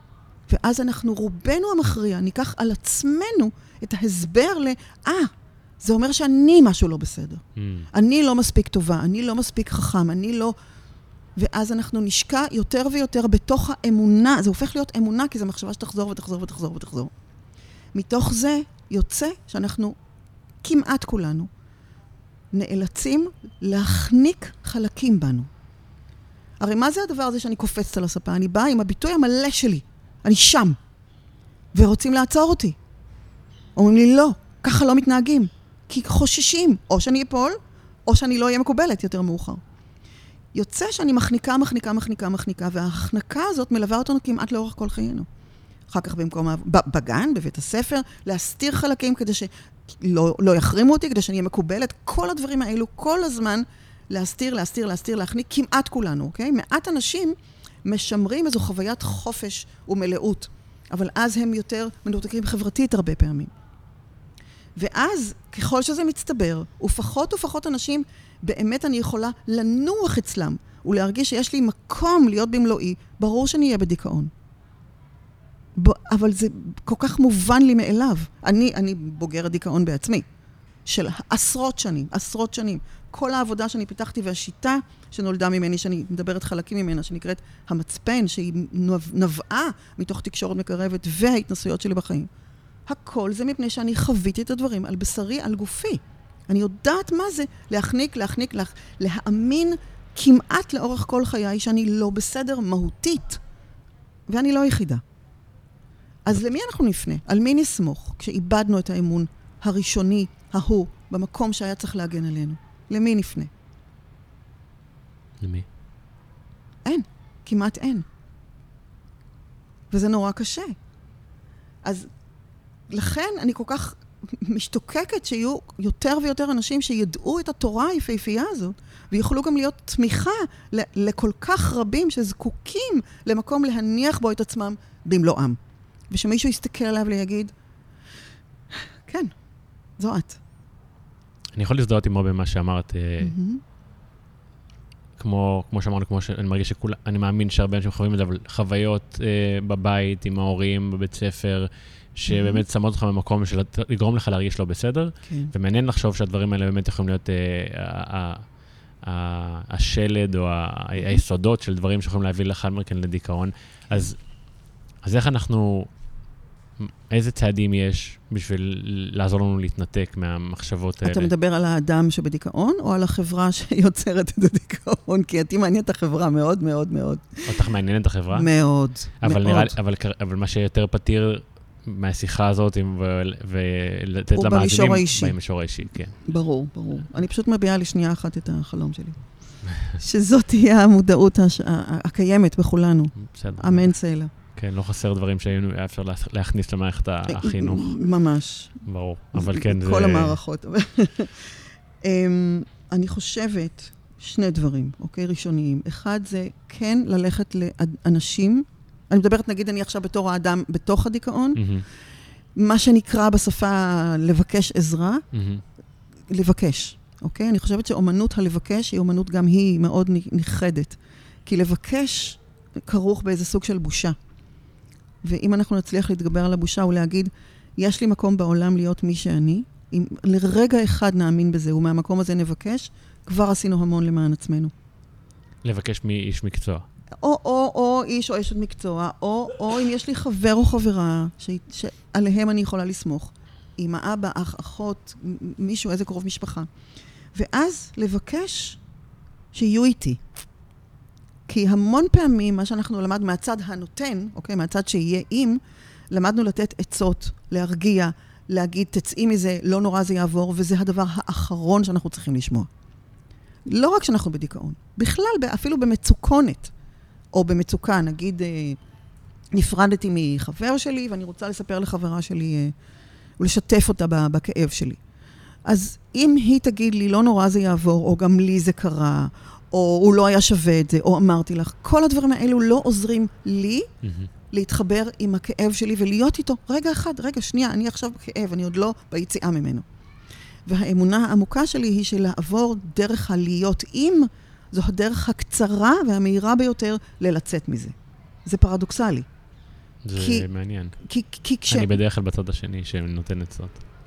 ואז אנחנו, רובנו המכריע, ניקח על עצמנו את ההסבר ל, אה, זה אומר שאני משהו לא בסדר. Mm. אני לא מספיק טובה, אני לא מספיק חכם, אני לא... ואז אנחנו נשקע יותר ויותר בתוך האמונה, זה הופך להיות אמונה, כי זו מחשבה שתחזור ותחזור ותחזור ותחזור. מתוך זה יוצא שאנחנו, כמעט כולנו, נאלצים להחניק חלקים בנו. הרי מה זה הדבר הזה שאני קופצת על הספה? אני באה עם הביטוי המלא שלי, אני שם, ורוצים לעצור אותי. אומרים לי, לא, ככה לא מתנהגים, כי חוששים, או שאני אפול, או שאני לא אהיה מקובלת יותר מאוחר. יוצא שאני מחניקה, מחניקה, מחניקה, מחניקה, וההחנקה הזאת מלווה אותנו כמעט לאורך כל חיינו. אחר כך במקום, בגן, בבית הספר, להסתיר חלקים כדי שלא לא יחרימו אותי, כדי שאני אהיה מקובלת. כל הדברים האלו, כל הזמן, להסתיר, להסתיר, להסתיר, להחניק, כמעט כולנו, אוקיי? מעט אנשים משמרים איזו חוויית חופש ומלאות, אבל אז הם יותר מנותקים חברתית הרבה פעמים. ואז, ככל שזה מצטבר, ופחות ופחות אנשים, באמת אני יכולה לנוח אצלם, ולהרגיש שיש לי מקום להיות במלואי, ברור שאני אהיה בדיכאון. ב- אבל זה כל כך מובן לי מאליו. אני, אני בוגרת דיכאון בעצמי, של עשרות שנים, עשרות שנים. כל העבודה שאני פיתחתי והשיטה שנולדה ממני, שאני מדברת חלקים ממנה, שנקראת המצפן, שהיא נבעה מתוך תקשורת מקרבת וההתנסויות שלי בחיים. הכל זה מפני שאני חוויתי את הדברים על בשרי, על גופי. אני יודעת מה זה להחניק, להחניק, לה, להאמין כמעט לאורך כל חיי שאני לא בסדר מהותית, ואני לא יחידה. אז למי אנחנו נפנה? על מי נסמוך כשאיבדנו את האמון הראשוני, ההוא, במקום שהיה צריך להגן עלינו? למי נפנה? למי? אין, כמעט אין. וזה נורא קשה. אז לכן אני כל כך משתוקקת שיהיו יותר ויותר אנשים שידעו את התורה היפהפייה הזאת, ויוכלו גם להיות תמיכה לכל כך רבים שזקוקים למקום להניח בו את עצמם במלואם. ושמישהו יסתכל עליו ויגיד, כן, זו את. אני יכול להזדהות עמו במה שאמרת, כמו, כמו שאמרנו, כמו שאני מרגיש שכולה, אני מאמין שהרבה אנשים חווים את זה, אבל חוויות בבית, עם ההורים, בבית ספר, שבאמת שמות אותך במקום של לגרום לך להרגיש לא בסדר, ומעניין לחשוב שהדברים האלה באמת יכולים להיות השלד או היסודות של דברים שיכולים להביא לאחר מכן לדיכאון. אז איך אנחנו, איזה צעדים יש בשביל לעזור לנו להתנתק מהמחשבות האלה? אתה מדבר על האדם שבדיכאון, או על החברה שיוצרת את הדיכאון? כי אותי מעניין את החברה מאוד מאוד מאוד. אותך מעניין את החברה? מאוד, מאוד. אבל מה שיותר פתיר מהשיחה הזאת, ולתת למאזינים, הוא במישור האישי. במישור האישי, כן. ברור, ברור. אני פשוט מביאה לשנייה אחת את החלום שלי. שזאת תהיה המודעות הקיימת בכולנו. בסדר. אמן סלע. כן, לא חסר דברים שהיינו, היה אפשר להכניס למערכת החינוך. ממש. ברור, אבל כן זה... כל המערכות. אני חושבת שני דברים, אוקיי, ראשוניים. אחד זה כן ללכת לאנשים, אני מדברת, נגיד, אני עכשיו בתור האדם בתוך הדיכאון, מה שנקרא בשפה לבקש עזרה, לבקש, אוקיי? אני חושבת שאומנות הלבקש היא אומנות גם היא מאוד נחרדת. כי לבקש כרוך באיזה סוג של בושה. ואם אנחנו נצליח להתגבר על הבושה ולהגיד, יש לי מקום בעולם להיות מי שאני, אם לרגע אחד נאמין בזה ומהמקום הזה נבקש, כבר עשינו המון למען עצמנו. לבקש מאיש מקצוע. או, או, או איש או אשת מקצוע, או, או אם יש לי חבר או חברה ש, שעליהם אני יכולה לסמוך. אמא, אבא, אח, אחות, מישהו, איזה קרוב משפחה. ואז לבקש שיהיו איתי. כי המון פעמים, מה שאנחנו למד מהצד הנותן, אוקיי, מהצד שיהיה עם, למדנו לתת עצות, להרגיע, להגיד, תצאי מזה, לא נורא זה יעבור, וזה הדבר האחרון שאנחנו צריכים לשמוע. לא רק שאנחנו בדיכאון, בכלל, אפילו במצוקונת, או במצוקה, נגיד, נפרדתי מחבר שלי, ואני רוצה לספר לחברה שלי, ולשתף אותה בכאב שלי. אז אם היא תגיד לי, לא נורא זה יעבור, או גם לי זה קרה, או הוא לא היה שווה את זה, או אמרתי לך, כל הדברים האלו לא עוזרים לי mm-hmm. להתחבר עם הכאב שלי ולהיות איתו. רגע אחד, רגע, שנייה, אני עכשיו בכאב, אני עוד לא ביציאה ממנו. והאמונה העמוקה שלי היא שלעבור דרך הלהיות עם, זו הדרך הקצרה והמהירה ביותר ללצאת מזה. זה פרדוקסלי. זה כי, מעניין. כי, כי כש... אני בדרך כלל בצד השני שנותן את זאת.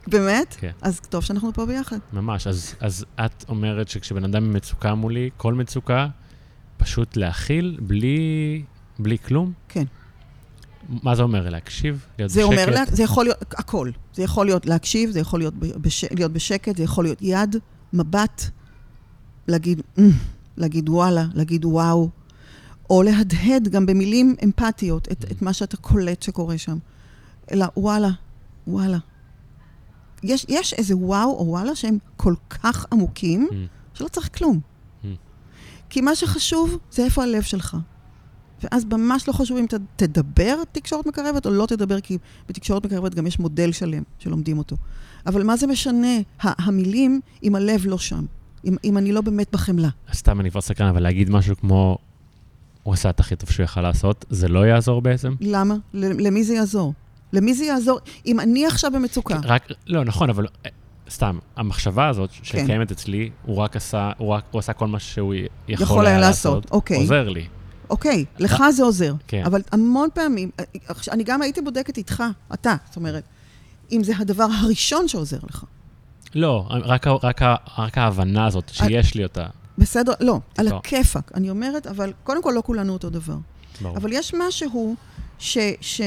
באמת? כן. אז טוב שאנחנו פה ביחד. ממש. אז, אז את אומרת שכשבן אדם במצוקה מולי, כל מצוקה, פשוט להכיל בלי, בלי כלום? כן. מה זה אומר? להקשיב? להיות זה בשקט? אומר, לה, זה יכול להיות הכל. זה יכול להיות להקשיב, זה יכול להיות, בש, להיות בשקט, זה יכול להיות יד, מבט, להגיד, להגיד וואלה, להגיד וואו, או להדהד גם במילים אמפתיות את, את מה שאתה קולט שקורה שם. אלא וואלה, וואלה. יש, יש איזה וואו או וואלה שהם כל כך עמוקים, mm. שלא צריך כלום. Mm. כי מה שחשוב זה איפה הלב שלך. ואז ממש לא חשוב אם ת, תדבר תקשורת מקרבת או לא תדבר, כי בתקשורת מקרבת גם יש מודל שלם שלומדים אותו. אבל מה זה משנה? המילים אם הלב לא שם. אם, אם אני לא באמת בחמלה. סתם אני כבר סקרן, אבל להגיד משהו כמו, הוא עשה את הכי טוב שהוא יכל לעשות, זה לא יעזור בעצם? למה? למי זה יעזור? למי זה יעזור? אם אני עכשיו במצוקה... רק, לא, נכון, אבל סתם, המחשבה הזאת שקיימת אצלי, הוא רק עשה, הוא רק, הוא עשה כל מה שהוא יכול, יכול היה לעשות, אוקיי. עוזר לי. אוקיי, לך זה עוזר. כן. אבל המון פעמים, אני גם הייתי בודקת איתך, אתה, זאת אומרת, אם זה הדבר הראשון שעוזר לך. לא, רק, רק, רק ההבנה הזאת, שיש לי אותה. בסדר, לא, על הכיפק. אני אומרת, אבל קודם כל לא כולנו אותו דבר. ברור. אבל יש משהו ש... ש...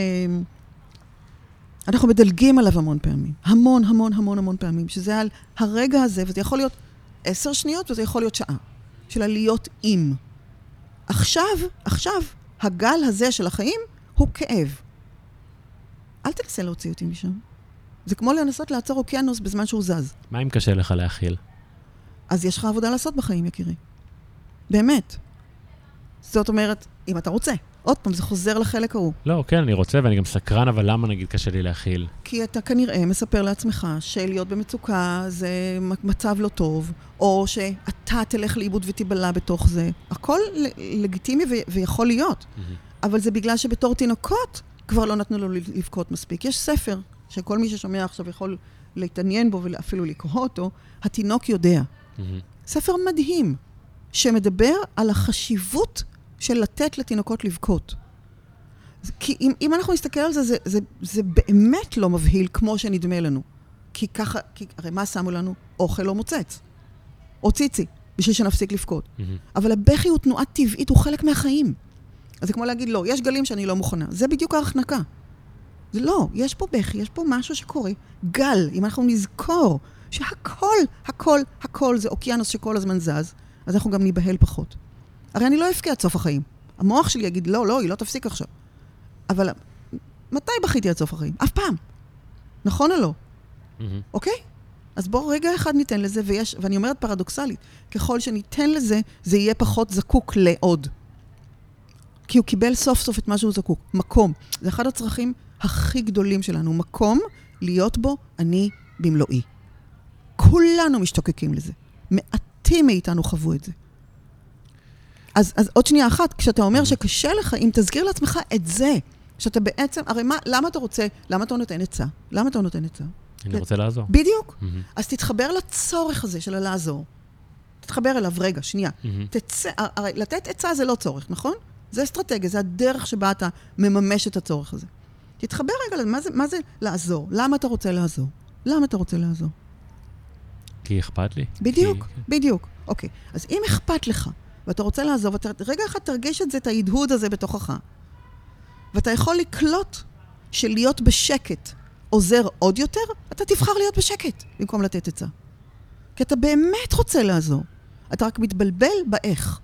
אנחנו מדלגים עליו המון פעמים. המון, המון, המון, המון פעמים. שזה על הרגע הזה, וזה יכול להיות עשר שניות, וזה יכול להיות שעה. של להיות עם. עכשיו, עכשיו, הגל הזה של החיים הוא כאב. אל תנסה להוציא אותי משם. זה כמו לנסות לעצור אוקיינוס בזמן שהוא זז. מה אם קשה לך להכיל? אז יש לך עבודה לעשות בחיים, יקירי. באמת. זאת אומרת, אם אתה רוצה. עוד פעם, זה חוזר לחלק ההוא. לא, כן, אני רוצה, ואני גם סקרן, אבל למה נגיד קשה לי להכיל? כי אתה כנראה מספר לעצמך שלהיות במצוקה זה מצב לא טוב, או שאתה תלך לאיבוד ותיבלה בתוך זה. הכל לגיטימי ו- ויכול להיות. Mm-hmm. אבל זה בגלל שבתור תינוקות כבר לא נתנו לו לבכות מספיק. יש ספר שכל מי ששומע עכשיו יכול להתעניין בו ואפילו לקרוא אותו, התינוק יודע. Mm-hmm. ספר מדהים, שמדבר על החשיבות של לתת לתינוקות לבכות. כי אם, אם אנחנו נסתכל על זה, זה, זה, זה באמת לא מבהיל כמו שנדמה לנו. כי ככה, כי, הרי מה שמו לנו? אוכל לא מוצץ. או ציצי, בשביל שנפסיק לבכות. Mm-hmm. אבל הבכי הוא תנועה טבעית, הוא חלק מהחיים. אז זה כמו להגיד, לא, יש גלים שאני לא מוכנה. זה בדיוק ההחנקה. זה לא, יש פה בכי, יש פה משהו שקורה. גל, אם אנחנו נזכור שהכל, הכל, הכל זה אוקיינוס שכל הזמן זז, אז אנחנו גם ניבהל פחות. הרי אני לא אפקע עד סוף החיים. המוח שלי יגיד, לא, לא, היא לא תפסיק עכשיו. אבל מתי בכיתי עד סוף החיים? אף פעם. נכון או לא? Mm-hmm. אוקיי? אז בואו רגע אחד ניתן לזה, ויש, ואני אומרת פרדוקסלית, ככל שניתן לזה, זה יהיה פחות זקוק לעוד. כי הוא קיבל סוף סוף את מה שהוא זקוק. מקום. זה אחד הצרכים הכי גדולים שלנו. מקום להיות בו אני במלואי. כולנו משתוקקים לזה. מעטים מאיתנו חוו את זה. אז, אז עוד שנייה אחת, כשאתה אומר שקשה לך, אם תזכיר לעצמך את זה, שאתה בעצם, הרי מה, למה אתה רוצה, למה אתה נותן עצה? למה אתה נותן עצה? אני רוצה לעזור. בדיוק. Mm-hmm. אז תתחבר לצורך הזה של לעזור. תתחבר אליו, רגע, שנייה. Mm-hmm. תצא, הרי לתת עצה זה לא צורך, נכון? זה אסטרטגיה, זה הדרך שבה אתה מממש את הצורך הזה. תתחבר רגע, מה זה, מה זה לעזור? למה אתה רוצה לעזור? למה אתה רוצה לעזור? כי אכפת לי. בדיוק, כי... בדיוק. אוקיי, אז אם אכפת לך, ואתה רוצה לעזוב, ואתה רגע אחד תרגיש את זה, את ההדהוד הזה בתוכך. ואתה יכול לקלוט שלהיות בשקט עוזר עוד יותר, אתה תבחר להיות בשקט, במקום לתת עצה. כי אתה באמת רוצה לעזור. אתה רק מתבלבל באיך.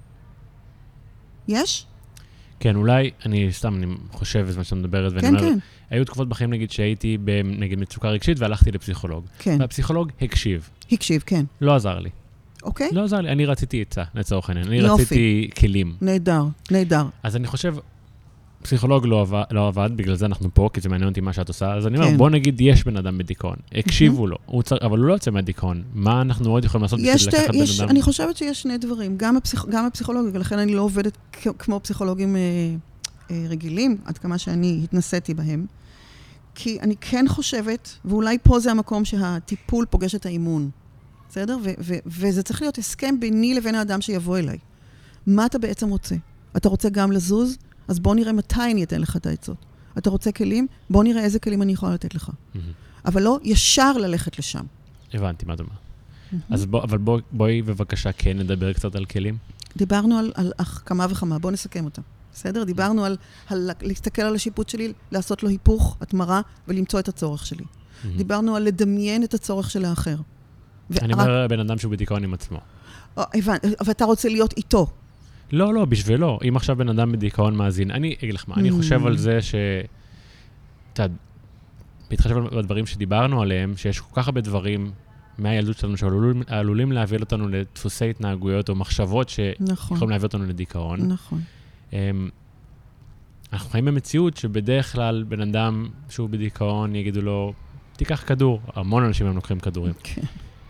יש? כן, אולי, אני סתם, אני חושב בזמן שאתה מדברת, ואני כן, אומר, כן. היו תקופות בחיים, נגיד, שהייתי נגד מצוקה רגשית, והלכתי לפסיכולוג. כן. והפסיכולוג הקשיב. הקשיב, כן. לא עזר לי. אוקיי? לא עזר לי, אני רציתי עצה, לצורך העניין. אני יופי. רציתי כלים. נהדר, נהדר. אז אני חושב, פסיכולוג לא עבד, לא עבד, בגלל זה אנחנו פה, כי זה מעניין אותי מה שאת עושה. אז אני אומר, כן. בוא נגיד, יש בן אדם בדיכאון. הקשיבו לו, הוא צר... אבל הוא לא יוצא מהדיכאון. מה אנחנו עוד יכולים לעשות בשביל לקחת בן יש, אדם? אני חושבת שיש שני דברים. גם, הפסיכ... גם הפסיכולוגיה, ולכן אני לא עובדת כ... כמו פסיכולוגים אה, אה, רגילים, עד כמה שאני התנסיתי בהם. כי אני כן חושבת, ואולי פה זה המקום שהטיפול פוגש את האימון. בסדר? ו- ו- וזה צריך להיות הסכם ביני לבין האדם שיבוא אליי. מה אתה בעצם רוצה? אתה רוצה גם לזוז? אז בוא נראה מתי אני אתן לך את העצות. אתה רוצה כלים? בוא נראה איזה כלים אני יכולה לתת לך. Mm-hmm. אבל לא ישר ללכת לשם. הבנתי מה אתה אומר. Mm-hmm. אז בוא, אבל בוא, בואי בבקשה כן נדבר קצת על כלים. דיברנו על, על כמה וכמה, בוא נסכם אותם. בסדר? דיברנו על, על להסתכל על השיפוט שלי, לעשות לו היפוך, התמרה, ולמצוא את הצורך שלי. Mm-hmm. דיברנו על לדמיין את הצורך של האחר. אני אומר בן אדם שהוא בדיכאון עם עצמו. הבנתי, אבל אתה רוצה להיות איתו. לא, לא, בשבילו. אם עכשיו בן אדם בדיכאון מאזין, אני אגיד לך מה, אני חושב על זה ש... אתה מתחשב על הדברים שדיברנו עליהם, שיש כל כך הרבה דברים מהילדות שלנו שעלולים להביא אותנו לדפוסי התנהגויות או מחשבות שיכולים להביא אותנו לדיכאון. נכון. אנחנו חיים במציאות שבדרך כלל בן אדם שהוא בדיכאון יגידו לו, תיקח כדור. המון אנשים הם לוקחים כדורים. כן.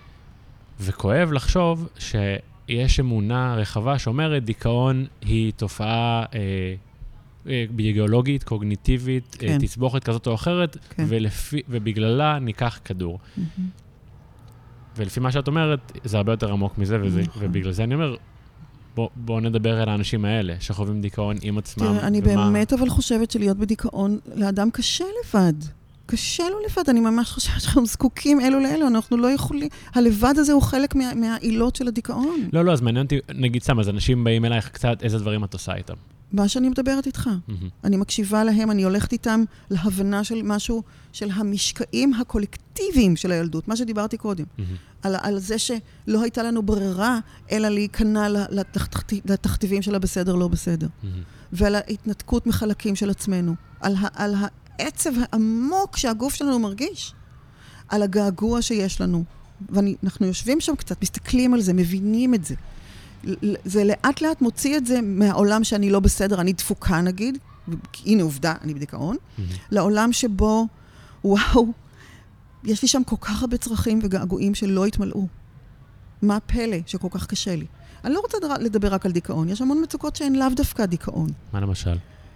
וכואב לחשוב שיש אמונה רחבה שאומרת, דיכאון היא תופעה אה, אה, ביולוגית, קוגניטיבית, כן. אה, תסבוכת כזאת או אחרת, כן. ולפי, ובגללה ניקח כדור. Mm-hmm. ולפי מה שאת אומרת, זה הרבה יותר עמוק מזה, וזה, נכון. ובגלל זה אני אומר, בוא, בוא נדבר על האנשים האלה, שחווים דיכאון עם עצמם. תראה, אני ומה... באמת אבל חושבת שלהיות בדיכאון, לאדם קשה לבד. קשה לו לבד, אני ממש חושבת שאנחנו זקוקים אלו לאלו, אנחנו לא יכולים, הלבד הזה הוא חלק מה, מהעילות של הדיכאון. לא, לא, אז מעניין אותי, נגיד סתם, אז אנשים באים אלייך קצת, איזה דברים את עושה איתם? מה שאני מדברת איתך. Mm-hmm. אני מקשיבה להם, אני הולכת איתם להבנה של משהו, של המשקעים הקולקטיביים של הילדות, מה שדיברתי קודם. Mm-hmm. על, על זה שלא הייתה לנו ברירה, אלא להיכנע לתכת, לתכתיבים של הבסדר, לא בסדר. Mm-hmm. ועל ההתנתקות מחלקים של עצמנו. על, על העצב העמוק שהגוף שלנו מרגיש. על הגעגוע שיש לנו. ואנחנו יושבים שם קצת, מסתכלים על זה, מבינים את זה. זה לאט לאט מוציא את זה מהעולם שאני לא בסדר, אני דפוקה נגיד, הנה עובדה, אני בדיכאון, mm-hmm. לעולם שבו, וואו, יש לי שם כל כך הרבה צרכים וגעגועים שלא התמלאו. מה הפלא שכל כך קשה לי? אני לא רוצה לדבר רק על דיכאון, יש המון מצוקות שהן לאו דווקא דיכאון. מה למשל?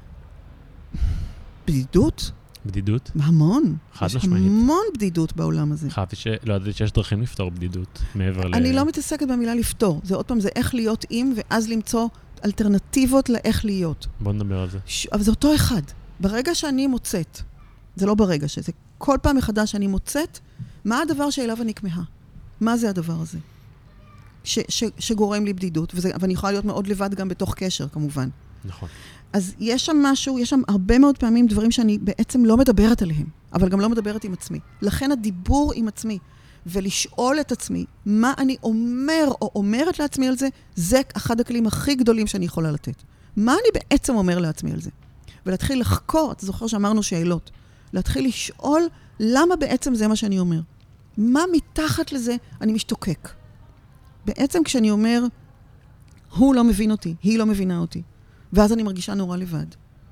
בדידות. בדידות? המון. חד משמעית. יש המון בדידות בעולם הזה. חייבתי שלא ידעתי שיש דרכים לפתור בדידות מעבר ל... אני לא מתעסקת במילה לפתור. זה עוד פעם, זה איך להיות עם, ואז למצוא אלטרנטיבות לאיך להיות. בוא נדבר על זה. ש... אבל זה אותו אחד. ברגע שאני מוצאת, זה לא ברגע שזה, כל פעם מחדש שאני מוצאת, מה הדבר שאליו אני כמהה? מה זה הדבר הזה? ש... ש... שגורם לי בדידות, וזה... ואני יכולה להיות מאוד לבד גם בתוך קשר, כמובן. נכון. אז יש שם משהו, יש שם הרבה מאוד פעמים דברים שאני בעצם לא מדברת עליהם, אבל גם לא מדברת עם עצמי. לכן הדיבור עם עצמי, ולשאול את עצמי, מה אני אומר או אומרת לעצמי על זה, זה אחד הכלים הכי גדולים שאני יכולה לתת. מה אני בעצם אומר לעצמי על זה? ולהתחיל לחקור, אתה זוכר שאמרנו שאלות, להתחיל לשאול למה בעצם זה מה שאני אומר. מה מתחת לזה אני משתוקק. בעצם כשאני אומר, הוא לא מבין אותי, היא לא מבינה אותי. ואז אני מרגישה נורא לבד.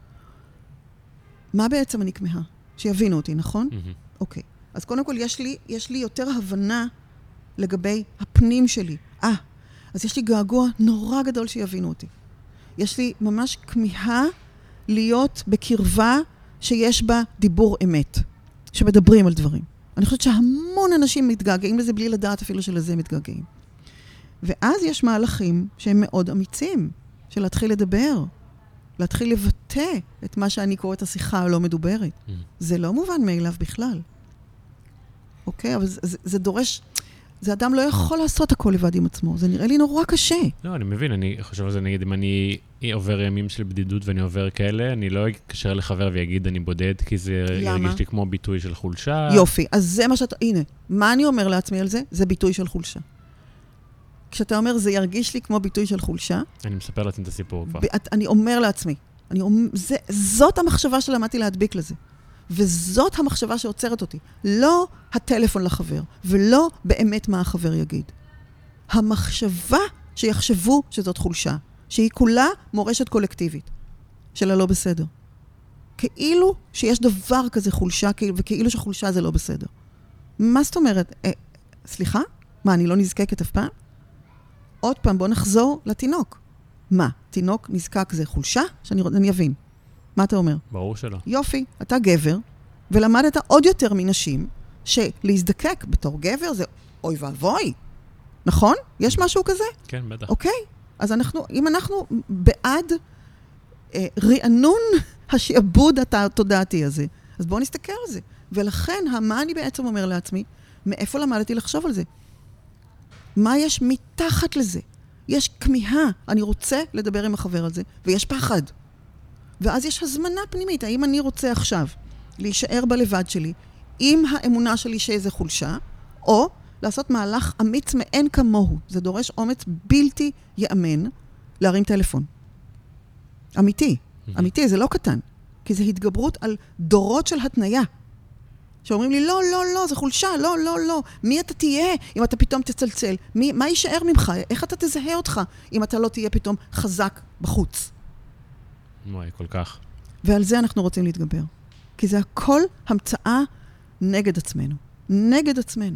מה בעצם אני כמהה? שיבינו אותי, נכון? Mm-hmm. אוקיי. אז קודם כל, יש לי, יש לי יותר הבנה לגבי הפנים שלי. אה, אז יש לי געגוע נורא גדול שיבינו אותי. יש לי ממש כמיהה להיות בקרבה שיש בה דיבור אמת, שמדברים על דברים. אני חושבת שהמון אנשים מתגעגעים לזה בלי לדעת אפילו שלזה מתגעגעים. ואז יש מהלכים שהם מאוד אמיצים. של להתחיל לדבר, להתחיל לבטא את מה שאני קוראת השיחה הלא מדוברת. Mm. זה לא מובן מאליו בכלל. אוקיי? אבל זה, זה, זה דורש, זה אדם לא יכול לעשות הכל לבד עם עצמו. זה נראה לי נורא קשה. לא, אני מבין. אני חושב על זה, נגיד, אם אני עובר ימים של בדידות ואני עובר כאלה, אני לא אקשר לחבר ויגיד אני בודד, כי זה ירגיש לי כמו ביטוי של חולשה. יופי. אז זה מה שאתה, הנה, מה אני אומר לעצמי על זה? זה ביטוי של חולשה. כשאתה אומר, זה ירגיש לי כמו ביטוי של חולשה. אני מספר לעצמי את הסיפור כבר. אני אומר לעצמי, אני אומר, זה, זאת המחשבה שלמדתי להדביק לזה. וזאת המחשבה שעוצרת אותי. לא הטלפון לחבר, ולא באמת מה החבר יגיד. המחשבה שיחשבו שזאת חולשה, שהיא כולה מורשת קולקטיבית, של הלא בסדר. כאילו שיש דבר כזה חולשה, וכאילו שחולשה זה לא בסדר. מה זאת אומרת? אה, סליחה? מה, אני לא נזקקת אף פעם? עוד פעם, בוא נחזור לתינוק. מה? תינוק נזקק זה חולשה? שאני אני אבין. מה אתה אומר? ברור שלא. יופי, אתה גבר, ולמדת עוד יותר מנשים, שלהזדקק בתור גבר זה אוי ואבוי. נכון? יש משהו כזה? כן, בטח. אוקיי. אז אנחנו, אם אנחנו בעד אה, רענון השעבוד התודעתי הזה. אז בואו נסתכל על זה. ולכן, מה אני בעצם אומר לעצמי? מאיפה למדתי לחשוב על זה? מה יש מתחת לזה? יש כמיהה, אני רוצה לדבר עם החבר על זה, ויש פחד. ואז יש הזמנה פנימית, האם אני רוצה עכשיו להישאר בלבד שלי, עם האמונה שלי שאיזה חולשה, או לעשות מהלך אמיץ מאין כמוהו. זה דורש אומץ בלתי יאמן להרים טלפון. אמיתי, אמיתי, זה לא קטן. כי זה התגברות על דורות של התניה. שאומרים לי, לא, לא, לא, זה חולשה, לא, לא, לא. מי אתה תהיה אם אתה פתאום תצלצל? מי, מה יישאר ממך? איך אתה תזהה אותך אם אתה לא תהיה פתאום חזק בחוץ? וואי, כל כך. ועל זה אנחנו רוצים להתגבר. כי זה הכל המצאה נגד עצמנו. נגד עצמנו.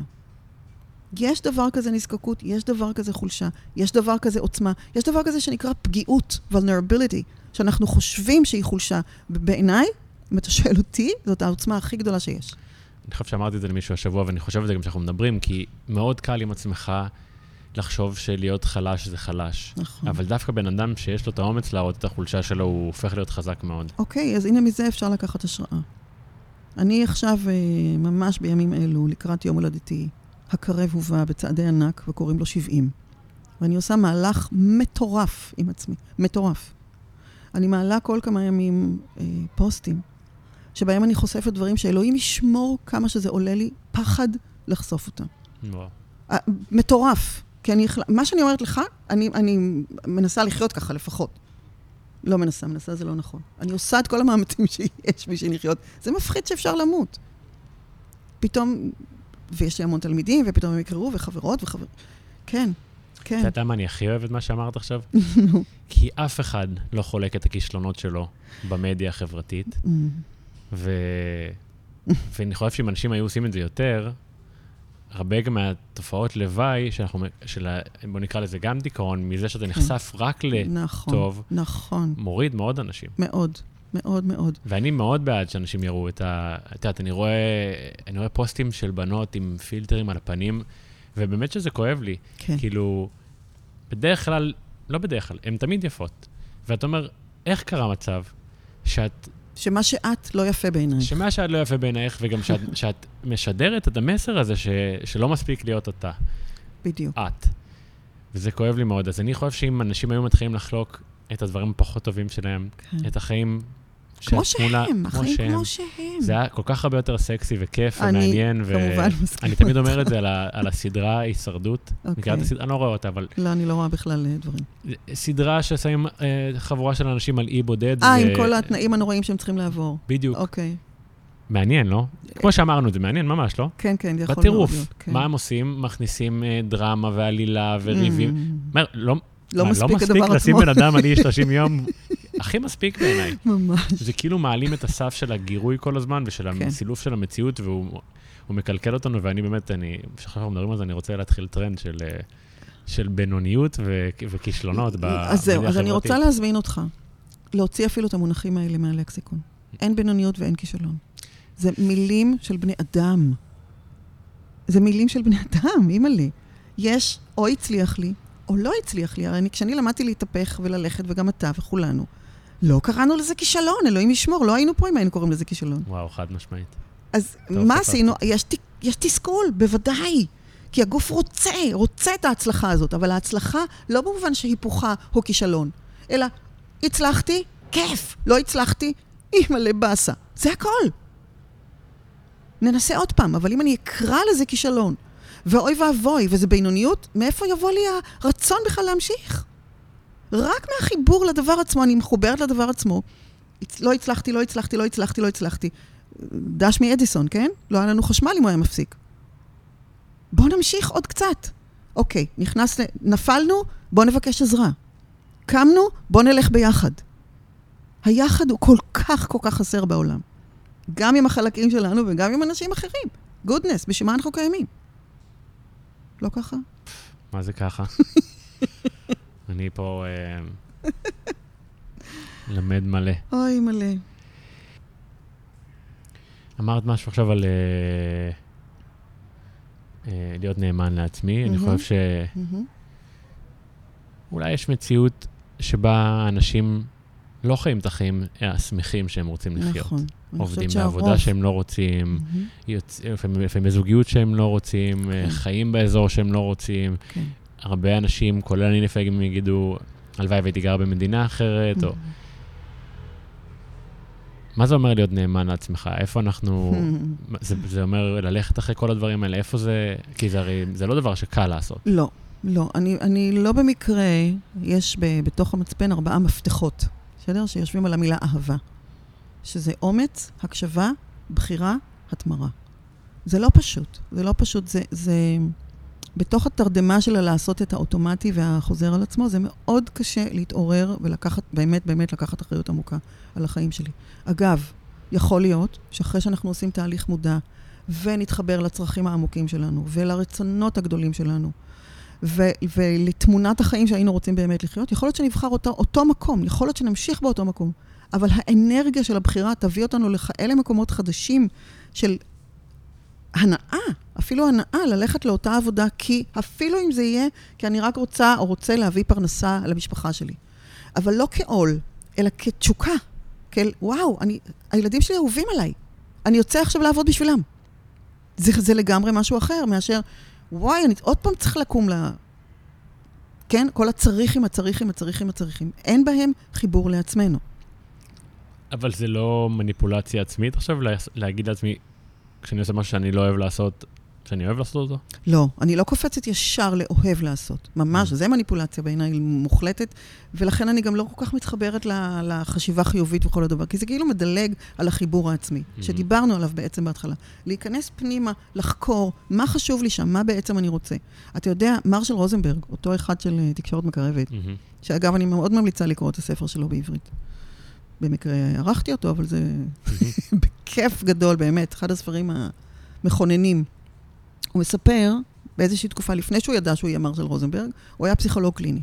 יש דבר כזה נזקקות, יש דבר כזה חולשה, יש דבר כזה עוצמה, יש דבר כזה שנקרא פגיעות, vulnerability, שאנחנו חושבים שהיא חולשה. בעיניי, אם אתה שואל אותי, זאת העוצמה הכי גדולה שיש. אני חושב שאמרתי את זה למישהו השבוע, ואני חושב את זה גם שאנחנו מדברים, כי מאוד קל עם עצמך לחשוב שלהיות חלש זה חלש. נכון. אבל דווקא בן אדם שיש לו את האומץ להראות את החולשה שלו, הוא הופך להיות חזק מאוד. אוקיי, אז הנה מזה אפשר לקחת השראה. אני עכשיו, ממש בימים אלו, לקראת יום הולדתי, הקרב ובא בצעדי ענק, וקוראים לו שבעים. ואני עושה מהלך מטורף עם עצמי. מטורף. אני מעלה כל כמה ימים אה, פוסטים, שבהם אני חושפת דברים שאלוהים ישמור כמה שזה עולה לי פחד לחשוף אותם. וואו. אה, מטורף. כי אני, מה שאני אומרת לך, אני, אני מנסה לחיות ככה לפחות. לא מנסה, מנסה זה לא נכון. אני עושה את כל המאמצים שיש בשביל לחיות. זה מפחיד שאפשר למות. פתאום, ויש לי המון תלמידים, ופתאום הם יקראו, וחברות וחבר... כן, כן. אתה יודע מה, אני הכי אוהב את מה שאמרת עכשיו? כי אף אחד לא חולק את הכישלונות שלו במדיה החברתית, ו... ואני חושב שאם אנשים היו עושים את זה יותר, הרבה גם מהתופעות לוואי, שאנחנו, של, בוא נקרא לזה גם דיכאון, מזה שאתה נחשף רק לטוב, נכון. מוריד מאוד אנשים. מאוד, מאוד, מאוד. ואני מאוד בעד שאנשים יראו את ה... את יודעת, אני רואה, אני רואה פוסטים של בנות עם פילטרים על הפנים, ובאמת שזה כואב לי. כן. כאילו, בדרך כלל, לא בדרך כלל, הן תמיד יפות. ואתה אומר, איך קרה מצב שאת... שמה שאת לא יפה בעינייך. שמה שאת לא יפה בעינייך, וגם שאת, שאת משדרת את המסר הזה ש, שלא מספיק להיות אתה. בדיוק. את. וזה כואב לי מאוד. אז אני חושב שאם אנשים היו מתחילים לחלוק את הדברים הפחות טובים שלהם, כן. את החיים... כמו שהם, החיים כמו שהם. זה היה כל כך הרבה יותר סקסי וכיף אני ומעניין. כמובן מסכים. אני תמיד אומר את זה על, ה, על הסדרה הישרדות. אוקיי. הסדרה, אני לא רואה אותה, אבל... לא, אני לא רואה בכלל דברים. סדרה ששמים אה, חבורה של אנשים על אי בודד. אה, ו... עם כל התנאים הנוראים שהם צריכים לעבור. בדיוק. אוקיי. מעניין, לא? כמו שאמרנו, זה מעניין ממש, לא? כן, כן, יכול בטירוף. להיות. כן. מה הם עושים? מכניסים אה, דרמה ועלילה וריבים. Mm. לא, לא מה, מספיק לא הדבר מספיק לשים עצמו. בן אדם על אי שלושים יום. הכי מספיק בעיניי. ממש. זה כאילו מעלים את הסף של הגירוי כל הזמן, ושל כן. הסילוף של המציאות, והוא הוא מקלקל אותנו, ואני באמת, אני, כשאנחנו מדברים על זה, אני רוצה להתחיל טרנד של, של בינוניות ו, וכישלונות במדיה החברתית. אז זהו, אז אני רוצה להזמין אותך, להוציא אפילו את המונחים האלה מהלקסיקון. אין בינוניות ואין כישלון. זה מילים של בני אדם. זה מילים של בני אדם, אימא'לי. יש, או הצליח לי, או לא הצליח לי. הרי אני, כשאני למדתי להתהפך וללכת, וגם אתה וכולנו, לא קראנו לזה כישלון, אלוהים ישמור, לא היינו פה אם היינו קוראים לזה כישלון. וואו, חד משמעית. אז מה עשינו? יש, יש תסכול, בוודאי. כי הגוף רוצה, רוצה את ההצלחה הזאת, אבל ההצלחה לא במובן שהיפוכה הוא כישלון, אלא הצלחתי, כיף, לא הצלחתי, אימא'לה באסה. זה הכל. ננסה עוד פעם, אבל אם אני אקרא לזה כישלון, ואוי ואבוי, וזה בינוניות, מאיפה יבוא לי הרצון בכלל להמשיך? רק מהחיבור לדבר עצמו, אני מחוברת לדבר עצמו. לא הצלחתי, לא הצלחתי, לא הצלחתי, לא הצלחתי. דש מאדיסון, כן? לא היה לנו חשמל אם הוא היה מפסיק. בואו נמשיך עוד קצת. אוקיי, נכנס, נפלנו, בואו נבקש עזרה. קמנו, בואו נלך ביחד. היחד הוא כל כך, כל כך חסר בעולם. גם עם החלקים שלנו וגם עם אנשים אחרים. גודנס, בשביל מה אנחנו קיימים? לא ככה? מה זה ככה? אני פה למד מלא. אוי, מלא. אמרת משהו עכשיו על להיות נאמן לעצמי. אני חושב שאולי יש מציאות שבה אנשים לא חיים את החיים השמחים שהם רוצים לחיות. נכון. עובדים בעבודה שהם לא רוצים, לפעמים בזוגיות שהם לא רוצים, חיים באזור שהם לא רוצים. הרבה אנשים, כולל אני לפעמים יגידו, הלוואי והייתי גר במדינה אחרת, או... מה זה אומר להיות נאמן לעצמך? איפה אנחנו... זה, זה אומר ללכת אחרי כל הדברים האלה, איפה זה... כי זה הרי, זה לא דבר שקל לעשות. לא, לא. אני, אני לא במקרה, יש ב, בתוך המצפן ארבעה מפתחות, בסדר? שיושבים על המילה אהבה. שזה אומץ, הקשבה, בחירה, התמרה. זה לא פשוט. זה לא פשוט. זה, זה... בתוך התרדמה שלה לעשות את האוטומטי והחוזר על עצמו, זה מאוד קשה להתעורר ולקחת, באמת, באמת לקחת אחריות עמוקה על החיים שלי. אגב, יכול להיות שאחרי שאנחנו עושים תהליך מודע, ונתחבר לצרכים העמוקים שלנו, ולרצונות הגדולים שלנו, ו- ולתמונת החיים שהיינו רוצים באמת לחיות, יכול להיות שנבחר אותו, אותו מקום, יכול להיות שנמשיך באותו מקום, אבל האנרגיה של הבחירה תביא אותנו לכאלה מקומות חדשים של הנאה, אפילו הנאה ללכת לאותה עבודה, כי אפילו אם זה יהיה, כי אני רק רוצה או רוצה להביא פרנסה למשפחה שלי. אבל לא כעול, אלא כתשוקה. כאל, וואו, אני, הילדים שלי אהובים עליי. אני יוצא עכשיו לעבוד בשבילם. זה, זה לגמרי משהו אחר, מאשר, וואי, אני עוד פעם צריך לקום לה... כן? כל הצריכים, הצריכים, הצריכים, הצריכים. אין בהם חיבור לעצמנו. אבל זה לא מניפולציה עצמית עכשיו, להגיד לעצמי, כשאני עושה משהו שאני לא אוהב לעשות, שאני אוהב לעשות אותו? לא, אני לא קופצת ישר לאוהב לעשות. ממש, זה מניפולציה בעיניי מוחלטת, ולכן אני גם לא כל כך מתחברת לחשיבה חיובית וכל הדבר, כי זה כאילו מדלג על החיבור העצמי, שדיברנו עליו בעצם בהתחלה. להיכנס פנימה, לחקור, מה חשוב לי שם, מה בעצם אני רוצה. אתה יודע, מרשל רוזנברג, אותו אחד של תקשורת מקרבת, שאגב, אני מאוד ממליצה לקרוא את הספר שלו בעברית. במקרה ערכתי אותו, אבל זה בכיף גדול, באמת, אחד הספרים המכוננים. הוא מספר, באיזושהי תקופה, לפני שהוא ידע שהוא יהיה מרשל רוזנברג, הוא היה פסיכולוג קליני.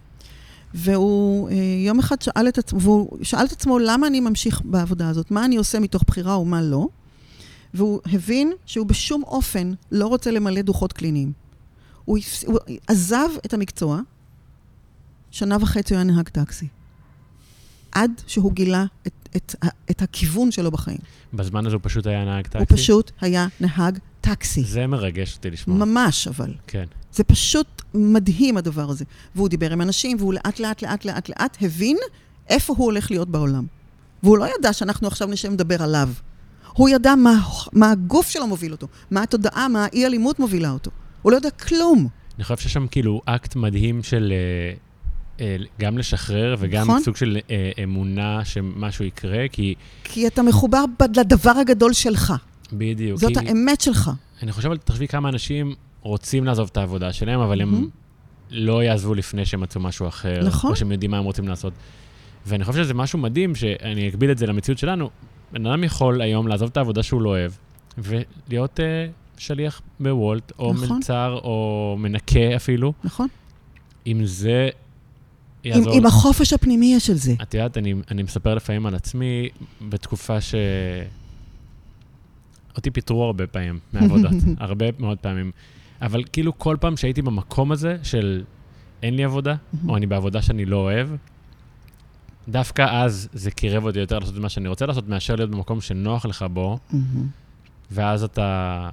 והוא יום אחד שאל את עצמו, והוא שאל את עצמו, למה אני ממשיך בעבודה הזאת? מה אני עושה מתוך בחירה ומה לא? והוא הבין שהוא בשום אופן לא רוצה למלא דוחות קליניים. הוא, הוא עזב את המקצוע, שנה וחצי הוא היה נהג טקסי. עד שהוא גילה את, את, את הכיוון שלו בחיים. בזמן הזה הוא פשוט היה נהג טקסי? הוא פשוט היה נהג טקסי. זה מרגש אותי לשמוע. ממש, אבל. כן. זה פשוט מדהים הדבר הזה. והוא דיבר עם אנשים, והוא לאט לאט לאט לאט לאט הבין איפה הוא הולך להיות בעולם. והוא לא ידע שאנחנו עכשיו נשב לדבר עליו. הוא ידע מה, מה הגוף שלו מוביל אותו, מה התודעה, מה האי אלימות מובילה אותו. הוא לא יודע כלום. אני חושב ששם כאילו אקט מדהים של... גם לשחרר וגם נכון? סוג של אה, אמונה שמשהו יקרה, כי... כי אתה מחובר לדבר הגדול שלך. בדיוק. זאת כי... האמת שלך. אני חושב, תחשבי כמה אנשים רוצים לעזוב את העבודה שלהם, אבל mm-hmm. הם לא יעזבו לפני שהם מצאו משהו אחר, נכון? או שהם יודעים מה הם רוצים לעשות. ואני חושב שזה משהו מדהים, שאני אקביל את זה למציאות שלנו. בן אדם יכול היום לעזוב את העבודה שהוא לא אוהב, ולהיות אה, שליח בוולט, או נכון. מלצר, או מנקה אפילו. נכון. אם זה... עם, עם החופש הפנימי של זה. את יודעת, אני, אני מספר לפעמים על עצמי, בתקופה ש... אותי פיתרו הרבה פעמים מהעבודות, הרבה מאוד פעמים. אבל כאילו כל פעם שהייתי במקום הזה של אין לי עבודה, או אני בעבודה שאני לא אוהב, דווקא אז זה קירב אותי יותר לעשות את מה שאני רוצה לעשות, מאשר להיות במקום שנוח לך בו, ואז אתה...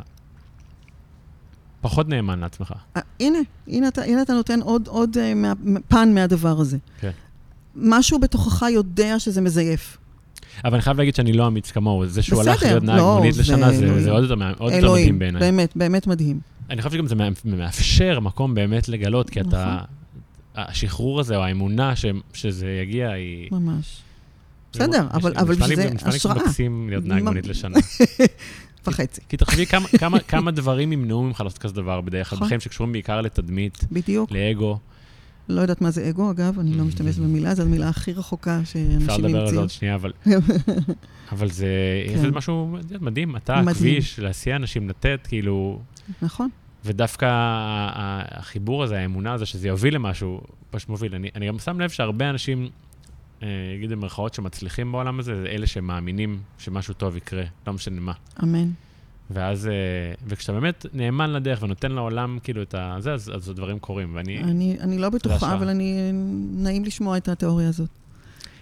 פחות נאמן לעצמך. הנה, הנה אתה, הנה אתה נותן עוד, עוד פן מהדבר הזה. כן. משהו בתוכך יודע שזה מזייף. אבל אני חייב להגיד שאני לא אמיץ כמוהו. זה שהוא הלך להיות נהג מונית לשנה, זה עוד יותר מדהים בעיניי. באמת, באמת מדהים. אני חושב שגם זה מאפשר מקום באמת לגלות, כי אתה... השחרור הזה, או האמונה שזה יגיע, היא... ממש. בסדר, אבל שזה השראה. נשמע לי קצת מקסים להיות נהג מונית לשנה. וחצי. כי תחשבי כמה דברים ימנעו ממך לעשות כזה דבר בדרך כלל, בחיים שקשורים בעיקר לתדמית, לאגו. לא יודעת מה זה אגו, אגב, אני לא משתמש במילה, זו המילה הכי רחוקה שאנשים המציאו. אפשר לדבר על זה עוד שנייה, אבל זה משהו מדהים, אתה, הכביש, להסיע אנשים, לתת, כאילו... נכון. ודווקא החיבור הזה, האמונה הזה, שזה יוביל למשהו, פשוט מוביל. אני גם שם לב שהרבה אנשים... יגיד במרכאות שמצליחים בעולם הזה, זה אלה שמאמינים שמשהו טוב יקרה, לא משנה מה. אמן. ואז, וכשאתה באמת נאמן לדרך ונותן לעולם כאילו את זה, אז, אז הדברים קורים, ואני... אני, אני לא בטוחה, אבל אני נעים לשמוע את התיאוריה הזאת.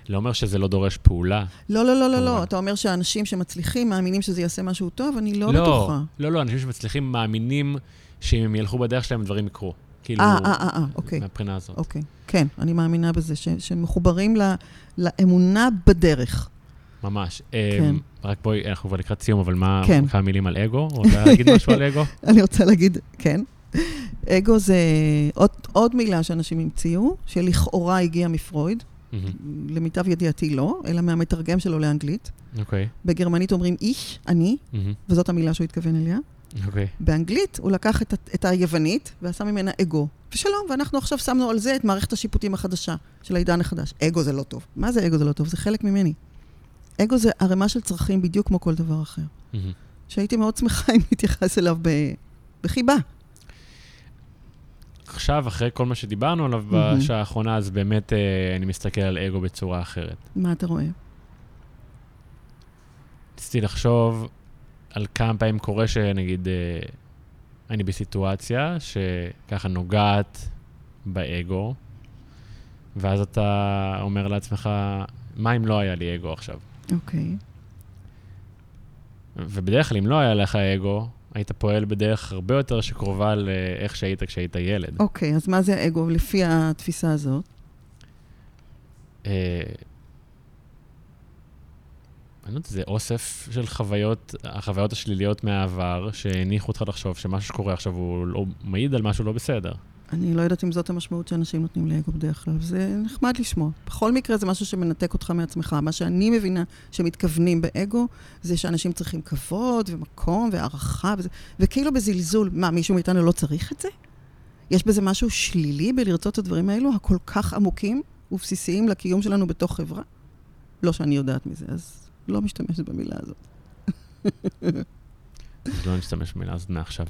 לא אומר שזה לא דורש פעולה. לא, לא, לא, לא, לא. אתה אומר שהאנשים שמצליחים מאמינים שזה יעשה משהו טוב, אני לא בטוחה. לא, לא, אנשים שמצליחים מאמינים שאם הם ילכו בדרך שלהם, דברים יקרו. כאילו, אה, אה, אה, אוקיי. מהבחינה הזאת. אוקיי. כן, אני מאמינה בזה, שמחוברים לאמונה בדרך. ממש. רק בואי, אנחנו כבר לקראת סיום, אבל מה, כמה מילים על אגו? רוצה להגיד משהו על אגו? אני רוצה להגיד, כן. אגו זה עוד מילה שאנשים המציאו, שלכאורה הגיעה מפרויד. למיטב ידיעתי לא, אלא מהמתרגם שלו לאנגלית. אוקיי. בגרמנית אומרים איש, אני, וזאת המילה שהוא התכוון אליה. אוקיי. באנגלית הוא לקח את, את היוונית ועשה ממנה אגו. ושלום, ואנחנו עכשיו שמנו על זה את מערכת השיפוטים החדשה של העידן החדש. אגו זה לא טוב. מה זה אגו זה לא טוב? זה חלק ממני. אגו זה הרמה של צרכים בדיוק כמו כל דבר אחר. שהייתי מאוד שמחה אם להתייחס אליו בחיבה. עכשיו, אחרי כל מה שדיברנו עליו בשעה האחרונה, אז באמת אני מסתכל על אגו בצורה אחרת. מה אתה רואה? ניסיתי לחשוב על כמה פעמים קורה שנגיד, אני בסיטואציה שככה נוגעת באגו, ואז אתה אומר לעצמך, מה אם לא היה לי אגו עכשיו? אוקיי. ובדרך כלל, אם לא היה לך אגו, היית פועל בדרך הרבה יותר שקרובה לאיך שהיית כשהיית ילד. אוקיי, אז מה זה האגו לפי התפיסה הזאת? אני לא יודעת, זה אוסף של חוויות, החוויות השליליות מהעבר, שהניחו אותך לחשוב שמשהו שקורה עכשיו הוא לא, מעיד על משהו לא בסדר. אני לא יודעת אם זאת המשמעות שאנשים נותנים לאגו בדרך כלל, זה נחמד לשמוע. בכל מקרה זה משהו שמנתק אותך מעצמך. מה שאני מבינה שמתכוונים באגו, זה שאנשים צריכים כבוד ומקום והערכה, וזה, וכאילו בזלזול, מה, מישהו מאיתנו לא צריך את זה? יש בזה משהו שלילי בלרצות את הדברים האלו, הכל כך עמוקים ובסיסיים לקיום שלנו בתוך חברה? לא שאני יודעת מזה, אז לא משתמשת במילה הזאת. לא נשתמש במילה הזאת מעכשיו.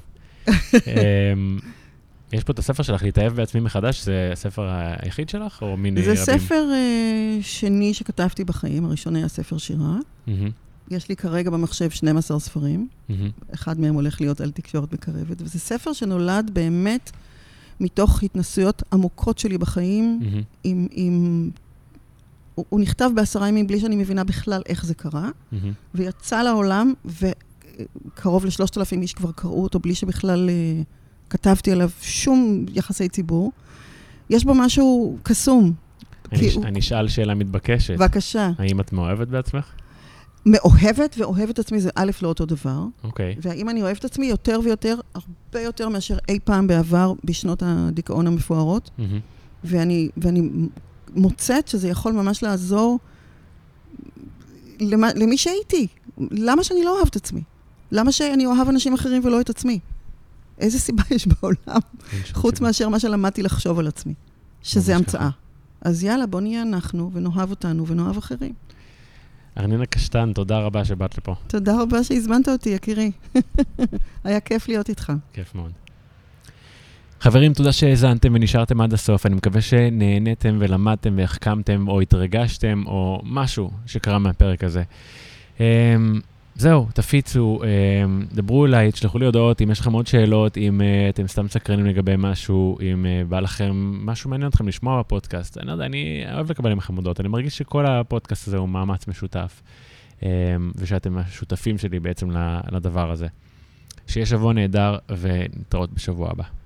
יש פה את הספר שלך, להתאהב בעצמי מחדש, זה הספר היחיד שלך, או מיני רבים? זה ספר uh, שני שכתבתי בחיים, הראשון היה ספר שירה. Mm-hmm. יש לי כרגע במחשב שנים עשר ספרים, mm-hmm. אחד מהם הולך להיות על תקשורת מקרבת, וזה ספר שנולד באמת מתוך התנסויות עמוקות שלי בחיים, mm-hmm. עם... עם הוא, הוא נכתב בעשרה ימים בלי שאני מבינה בכלל איך זה קרה, mm-hmm. ויצא לעולם, וקרוב לשלושת אלפים איש כבר קראו אותו, בלי שבכלל... Uh, כתבתי עליו שום יחסי ציבור. יש בו משהו קסום. אני, הוא... אני שאל שאלה מתבקשת. בבקשה. האם את מאוהבת בעצמך? מאוהבת ואוהבת עצמי זה א' לא אותו דבר. אוקיי. והאם אני אוהבת עצמי יותר ויותר, הרבה יותר מאשר אי פעם בעבר בשנות הדיכאון המפוארות. Mm-hmm. ואני, ואני מוצאת שזה יכול ממש לעזור למ, למי שהייתי. למה שאני לא אוהב את עצמי? למה שאני אוהב אנשים אחרים ולא את עצמי? איזה סיבה יש בעולם, חוץ מאשר מה שלמדתי לחשוב על עצמי, שזה המצאה. אז יאללה, בוא נהיה אנחנו, ונאהב אותנו, ונאהב אחרים. ארנינה קשטן, תודה רבה שבאת לפה. תודה רבה שהזמנת אותי, יקירי. היה כיף להיות איתך. כיף מאוד. חברים, תודה שהאזנתם ונשארתם עד הסוף. אני מקווה שנהניתם ולמדתם והחכמתם, או התרגשתם, או משהו שקרה מהפרק הזה. זהו, תפיצו, דברו אליי, תשלחו לי הודעות, אם יש לכם עוד שאלות, אם אתם סתם סקרנים לגבי משהו, אם בא לכם משהו מעניין אתכם לשמוע בפודקאסט. אני לא יודע, אני אוהב לקבל מכם הודעות, אני מרגיש שכל הפודקאסט הזה הוא מאמץ משותף, ושאתם השותפים שלי בעצם לדבר הזה. שיהיה שבוע נהדר ונתראות בשבוע הבא.